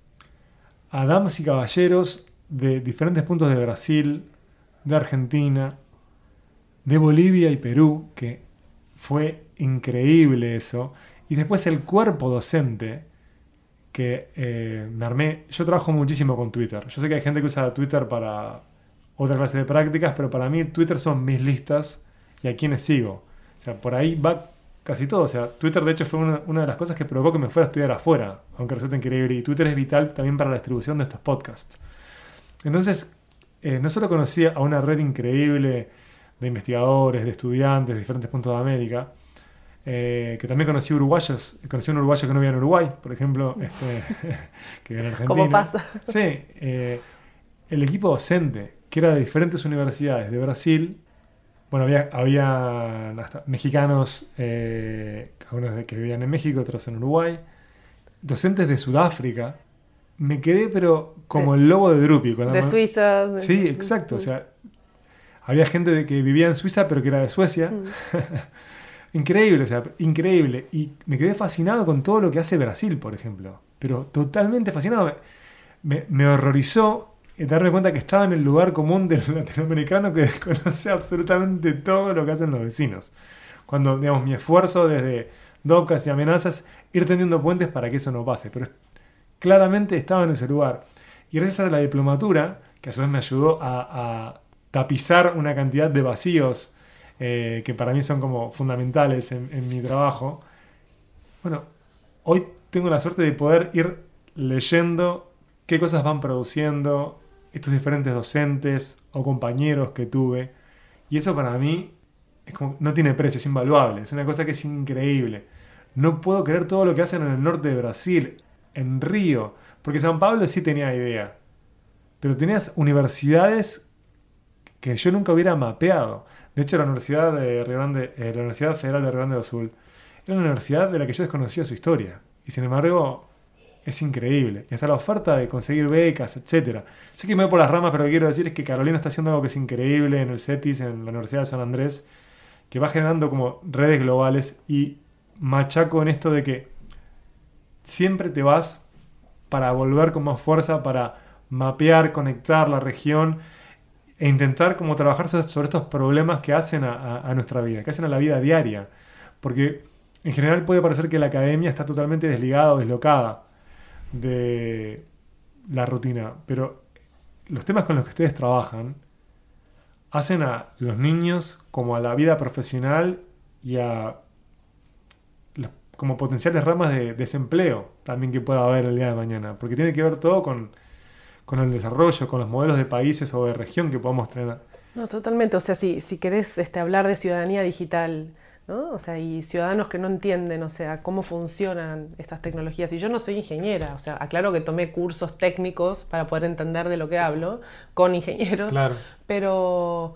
a damas y caballeros de diferentes puntos de Brasil, de Argentina, de Bolivia y Perú, que fue increíble eso. Y después el cuerpo docente que me armé. Yo trabajo muchísimo con Twitter. Yo sé que hay gente que usa Twitter para otra clase de prácticas, pero para mí Twitter son mis listas y a quienes sigo. O sea, por ahí va casi todo. O sea, Twitter de hecho fue una de las cosas que provocó que me fuera a estudiar afuera, aunque resulte increíble. Y Twitter es vital también para la distribución de estos podcasts. Entonces, no solo conocí a una red increíble de investigadores, de estudiantes de diferentes puntos de América, que también conocí uruguayos. Conocí a un uruguayo que no vivía en Uruguay, por ejemplo, que vive en Argentina. ¿Cómo pasa? Sí, el equipo docente, que era de diferentes universidades de Brasil. Bueno, había hasta mexicanos, algunos que vivían en México, otros en Uruguay. Docentes de Sudáfrica. Me quedé, pero como el lobo de Drupi. De Suiza. Sí, exacto. O sea, había gente que vivía en Suiza, pero que era de Suecia. Increíble, o sea, increíble. Y me quedé fascinado con todo lo que hace Brasil, por ejemplo. Pero totalmente fascinado. Me horrorizó darme cuenta que estaba en el lugar común del latinoamericano que desconoce absolutamente todo lo que hacen los vecinos. Cuando, digamos, mi esfuerzo desde docas y amenazas, ir tendiendo puentes para que eso no pase. Pero claramente estaba en ese lugar. Y gracias a la diplomatura, que a su vez me ayudó a tapizar una cantidad de vacíos que para mí son como fundamentales en mi trabajo. Bueno, hoy tengo la suerte de poder ir leyendo qué cosas van produciendo estos diferentes docentes o compañeros que tuve. Y eso para mí es como, no tiene precio, es invaluable. Es una cosa que es increíble. No puedo creer todo lo que hacen en el norte de Brasil, en Río. Porque San Pablo sí tenía idea. Pero tenías universidades que yo nunca hubiera mapeado. De hecho, la Universidad la Universidad Federal de Río Grande do Sul era una universidad de la que yo desconocía su historia. Y sin embargo, es increíble. Y hasta la oferta de conseguir becas, etc. Sé que me voy por las ramas, pero lo que quiero decir es que Carolina está haciendo algo que es increíble en el CETIS, en la Universidad de San Andrés, que va generando como redes globales. Y machaco en esto de que siempre te vas para volver con más fuerza, para mapear, conectar la región e intentar como trabajar sobre estos problemas que hacen a nuestra vida, que hacen a la vida diaria. Porque en general puede parecer que la academia está totalmente desligada o deslocada de la rutina, pero los temas con los que ustedes trabajan hacen a los niños como a la vida profesional y a como potenciales ramas de desempleo también que pueda haber el día de mañana, porque tiene que ver todo con el desarrollo, con los modelos de países o de región que podamos tener No, totalmente. O sea, si querés hablar de ciudadanía digital, ¿no? O sea, y ciudadanos que no entienden, o sea, cómo funcionan estas tecnologías. Y yo no soy ingeniera, o sea, aclaro que tomé cursos técnicos para poder entender de lo que hablo con ingenieros, Claro. pero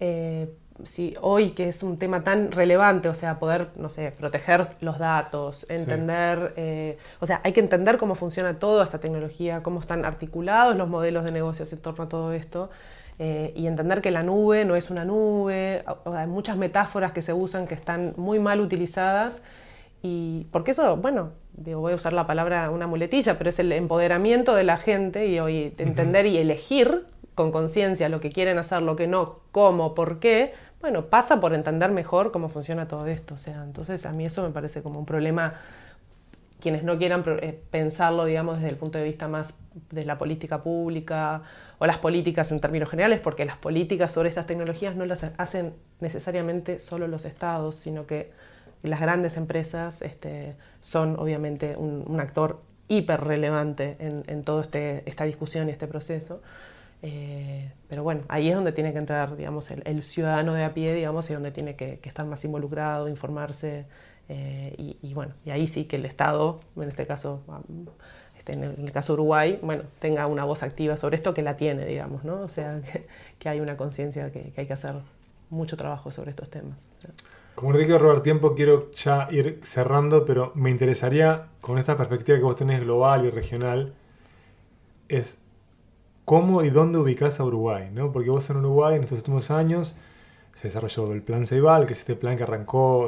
si hoy que es un tema tan relevante, o sea, poder, no sé, proteger los datos, entender, o sea, hay que entender cómo funciona toda esta tecnología, cómo están articulados los modelos de negocios en torno a todo esto. Y entender que la nube no es una nube, hay muchas metáforas que se usan que están muy mal utilizadas, y porque eso, bueno, voy a usar la palabra, una muletilla, pero es el empoderamiento de la gente y hoy entender y elegir con conciencia lo que quieren hacer, lo que no, cómo, por qué, bueno, pasa por entender mejor cómo funciona todo esto. O sea, entonces a mí eso me parece como un problema. Quienes no quieran pensarlo, digamos, desde el punto de vista más de la política pública o las políticas en términos generales, porque las políticas sobre estas tecnologías no las hacen necesariamente solo los estados, sino que las grandes empresas son obviamente un actor hiper relevante en toda esta discusión y este proceso. Pero bueno, ahí es donde tiene que entrar, digamos, el ciudadano de a pie, digamos, y donde tiene que estar más involucrado, informarse. Y bueno, y ahí sí que el Estado, en este caso, en el caso de Uruguay, bueno, tenga una voz activa sobre esto, que la tiene, digamos, ¿no? O sea, que hay una conciencia que hay que hacer mucho trabajo sobre estos temas. Como no te quiero robar tiempo, quiero ya ir cerrando, pero me interesaría, con esta perspectiva que vos tenés global y regional, es cómo y dónde ubicás a Uruguay, ¿no? Porque vos en Uruguay, en estos últimos años, se desarrolló el Plan Ceibal, que es este plan que arrancó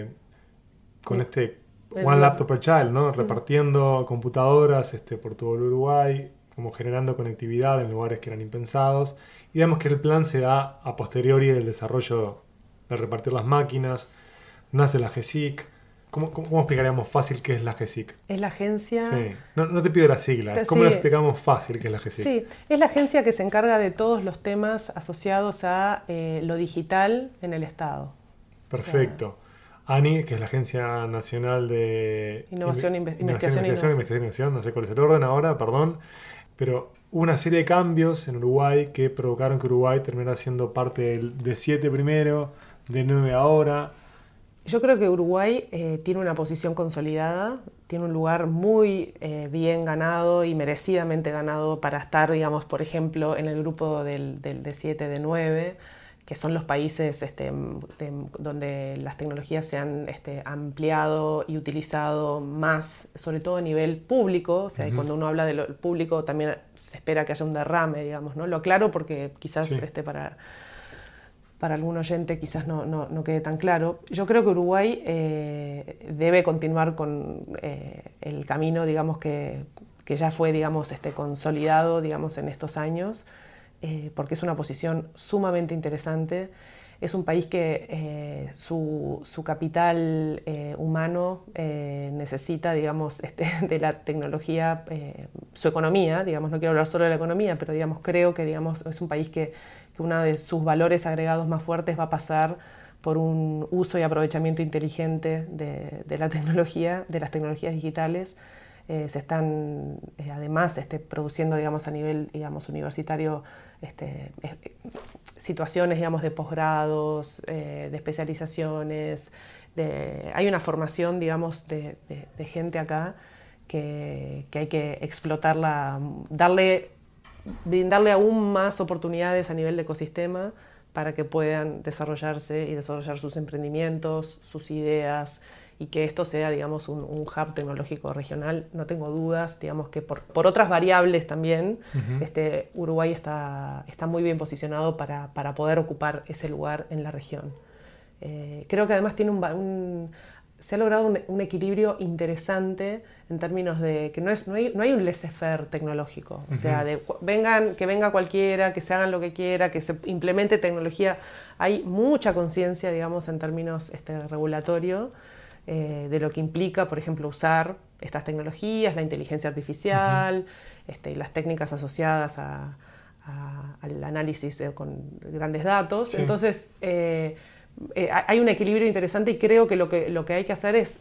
con One Laptop per Child, ¿no? Repartiendo computadoras por todo el Uruguay, como generando conectividad en lugares que eran impensados. Y vemos que el plan se da a posteriori del desarrollo de repartir las máquinas, nace la GESIC. ¿Cómo explicaríamos fácil qué es la GESIC? Es la agencia... Sí, no te pido la sigla, ¿cómo lo explicamos fácil qué es la GESIC? Sí, es la agencia que se encarga de todos los temas asociados a lo digital en el Estado. Perfecto. O sea, ANI, que es la Agencia Nacional de Investigación e Innovación, no sé cuál es el orden ahora, perdón, pero hubo una serie de cambios en Uruguay que provocaron que Uruguay terminara siendo parte de 7 primero, de 9 ahora. Yo creo que Uruguay tiene una posición consolidada, tiene un lugar muy bien ganado y merecidamente ganado para estar, digamos, por ejemplo, en el grupo de 7, de 9, que son los países donde las tecnologías se han ampliado y utilizado más, sobre todo a nivel público. O sea, y cuando uno habla de lo público también se espera que haya un derrame, digamos, ¿no? Lo aclaro porque quizás para algún oyente quizás no quede tan claro. Yo creo que Uruguay debe continuar con el camino, digamos, que ya fue, digamos, consolidado, digamos, en estos años, porque es una posición sumamente interesante. Es un país que su capital humano necesita, digamos, de la tecnología, su economía, digamos, no quiero hablar solo de la economía, pero digamos, creo que digamos, es un país que uno de sus valores agregados más fuertes va a pasar por un uso y aprovechamiento inteligente de la tecnología, de las tecnologías digitales. Se están además produciendo, digamos, a nivel, digamos, universitario, situaciones, digamos, de posgrados, de especializaciones. Hay una formación, digamos, de gente acá que hay que explotarla, brindarle aún más oportunidades a nivel de ecosistema para que puedan desarrollarse y desarrollar sus emprendimientos, sus ideas, y que esto sea, digamos, un hub tecnológico regional. No tengo dudas, digamos, que por otras variables también, Uruguay está muy bien posicionado para poder ocupar ese lugar en la región. Creo que además se ha logrado un equilibrio interesante en términos de que no hay un laissez-faire tecnológico. O sea, que venga cualquiera, que se hagan lo que quiera, que se implemente tecnología. Hay mucha conciencia, digamos, en términos regulatorio, de lo que implica, por ejemplo, usar estas tecnologías, la inteligencia artificial, y las técnicas asociadas al análisis con grandes datos. Sí. Entonces, hay un equilibrio interesante y creo que lo que hay que hacer es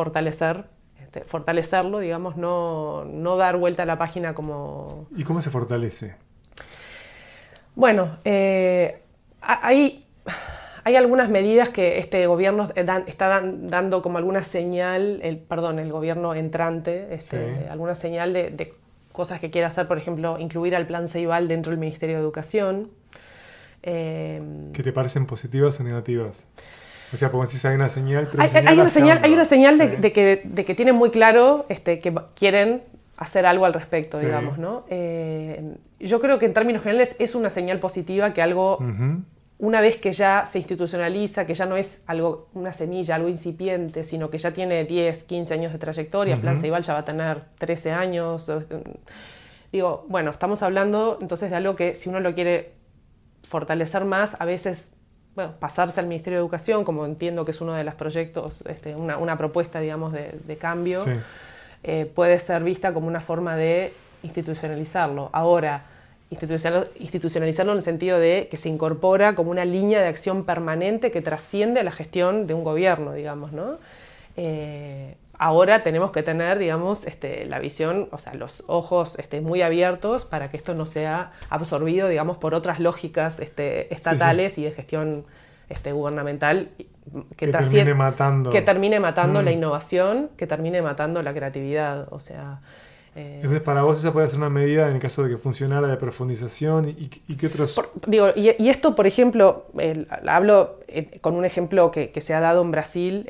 fortalecerlo, digamos, no dar vuelta a la página como... ¿Y cómo se fortalece? Bueno, Hay algunas medidas que este gobierno está dando como alguna señal, el gobierno entrante, Sí. alguna señal de cosas que quiere hacer, por ejemplo, incluir al Plan Ceibal dentro del Ministerio de Educación. ¿Qué te parecen positivas o negativas? O sea, porque si hay una señal, pero Hay una señal sí. de que tienen muy claro que quieren hacer algo al respecto, Sí. digamos, ¿no? Yo creo que en términos generales es una señal positiva que algo, una vez que ya se institucionaliza, que ya no es algo, una semilla, algo incipiente, sino que ya tiene 10, 15 años de trayectoria, Plan Ceibal ya va a tener 13 años. Digo, bueno, estamos hablando entonces de algo que si uno lo quiere fortalecer más, a veces, bueno, pasarse al Ministerio de Educación, como entiendo que es uno de los proyectos, una propuesta, digamos, de cambio, Sí. Puede ser vista como una forma de institucionalizarlo. Ahora, institucionalizarlo en el sentido de que se incorpora como una línea de acción permanente que trasciende a la gestión de un gobierno, digamos, ¿no? Ahora tenemos que tener, digamos, la visión, o sea, los ojos muy abiertos para que esto no sea absorbido, digamos, por otras lógicas estatales y de gestión gubernamental que termine matando la innovación, que termine matando la creatividad, o sea... Entonces, para vos esa puede ser una medida en el caso de que funcionara de profundización y qué otros... Y esto, por ejemplo, hablo con un ejemplo que se ha dado en Brasil.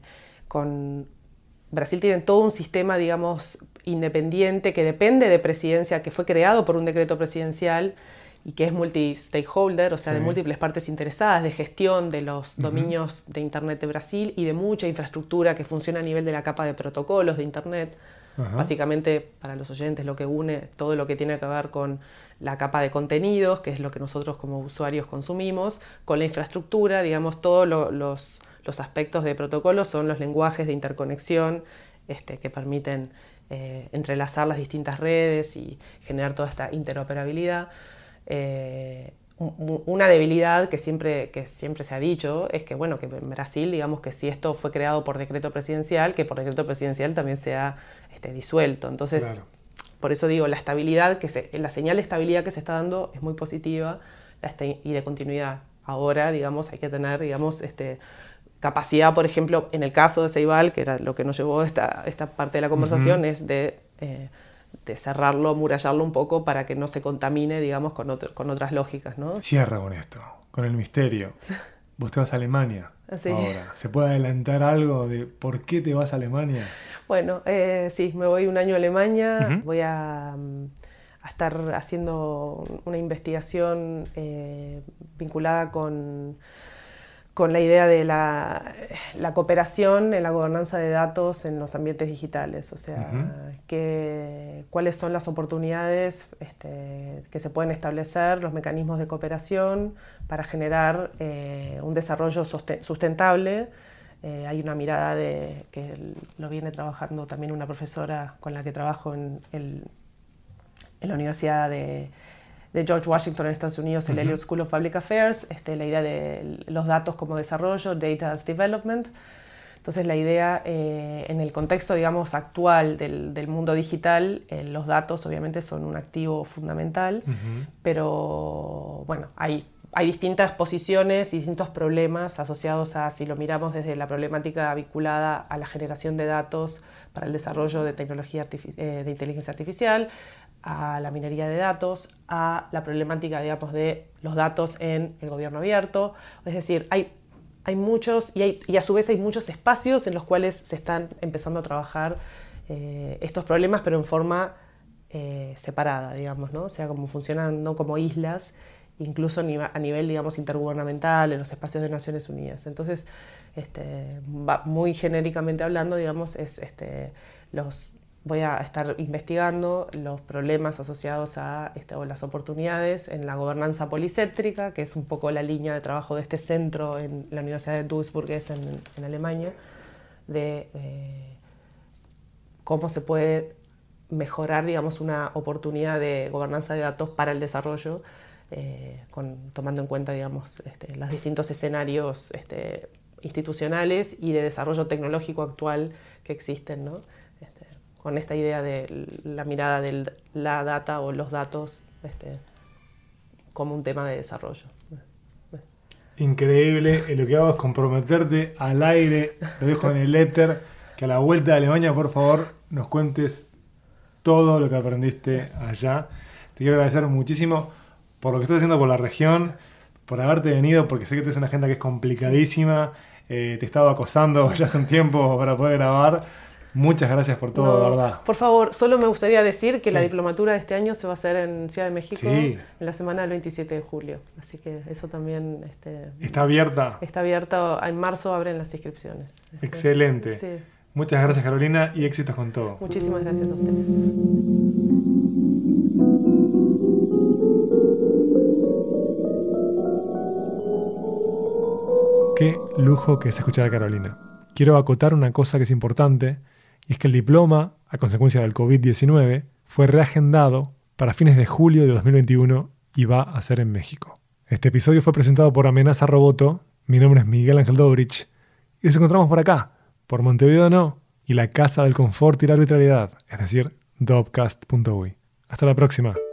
Brasil tiene todo un sistema, digamos, independiente que depende de presidencia, que fue creado por un decreto presidencial y que es multi-stakeholder, o sea, de múltiples partes interesadas, de gestión de los dominios de Internet de Brasil y de mucha infraestructura que funciona a nivel de la capa de protocolos de Internet. Básicamente, para los oyentes, lo que une todo lo que tiene que ver con la capa de contenidos, que es lo que nosotros como usuarios consumimos, con la infraestructura, digamos, todos los aspectos de protocolos son los lenguajes de interconexión que permiten entrelazar las distintas redes y generar toda esta interoperabilidad. Una debilidad que siempre se ha dicho es que, bueno, que en Brasil, digamos que si esto fue creado por decreto presidencial, que por decreto presidencial también se ha disuelto. Entonces, claro. Por eso digo, la señal de estabilidad que se está dando es muy positiva y de continuidad. Ahora, digamos, hay que tener, digamos, capacidad, por ejemplo, en el caso de Ceibal, que era lo que nos llevó a esta parte de la conversación, es de cerrarlo, amurallarlo un poco para que no se contamine, digamos, con otras lógicas, ¿no? Cierra con esto, con el misterio. Vos te vas a Alemania ahora. ¿Se puede adelantar algo de por qué te vas a Alemania? Bueno, sí, me voy un año a Alemania. Voy a estar haciendo una investigación vinculada con la idea de la cooperación en la gobernanza de datos en los ambientes digitales, o sea, cuáles son las oportunidades que se pueden establecer, los mecanismos de cooperación para generar un desarrollo sustentable. Hay una mirada que lo viene trabajando también una profesora con la que trabajo en la Universidad de George Washington en Estados Unidos, el Elliott School of Public Affairs, la idea de los datos como desarrollo, data as development. Entonces la idea, en el contexto, digamos, actual del mundo digital, los datos obviamente son un activo fundamental, pero bueno, hay distintas posiciones y distintos problemas asociados a, si lo miramos desde la problemática vinculada a la generación de datos para el desarrollo de tecnología de inteligencia artificial, a la minería de datos, a la problemática, digamos, de los datos en el gobierno abierto. Es decir, hay muchos, y a su vez hay muchos espacios en los cuales se están empezando a trabajar estos problemas, pero en forma separada, digamos, ¿no? O sea, como funcionan, no como islas, incluso a nivel, digamos, intergubernamental, en los espacios de Naciones Unidas. Entonces, muy genéricamente hablando, digamos, voy a estar investigando los problemas asociados o las oportunidades en la gobernanza policéntrica, que es un poco la línea de trabajo de este centro en la Universidad de Duisburg, en Alemania, de cómo se puede mejorar, digamos, una oportunidad de gobernanza de datos para el desarrollo, tomando en cuenta, digamos, los distintos escenarios institucionales y de desarrollo tecnológico actual que existen, ¿no? Con esta idea de la mirada de la data o los datos como un tema de desarrollo. Increíble. Lo que hago es comprometerte al aire, lo dejo en el éter, que a la vuelta de Alemania, por favor, nos cuentes todo lo que aprendiste allá. Te quiero agradecer muchísimo por lo que estás haciendo por la región, por haberte venido, porque sé que tienes una agenda que es complicadísima. Te he estado acosando ya hace un tiempo para poder grabar. Muchas gracias por todo, de verdad. Por favor, solo me gustaría decir que Sí. la diplomatura de este año se va a hacer en Ciudad de México, Sí. en la semana del 27 de julio. Así que eso también ¿Está abierta? está abierto. En marzo abren las inscripciones. Excelente. Sí. Muchas gracias, Carolina, y éxitos con todo. Muchísimas gracias a ustedes. Qué lujo que es escuchar a Carolina. Quiero acotar una cosa que es importante, y es que el diploma, a consecuencia del COVID-19, fue reagendado para fines de julio de 2021 y va a ser en México. Este episodio fue presentado por Amenaza Roboto. Mi nombre es Miguel Ángel Dobrich y nos encontramos por acá, por Montevideo No y la Casa del Confort y la Arbitrariedad, es decir, Dobcast.uy. Hasta la próxima.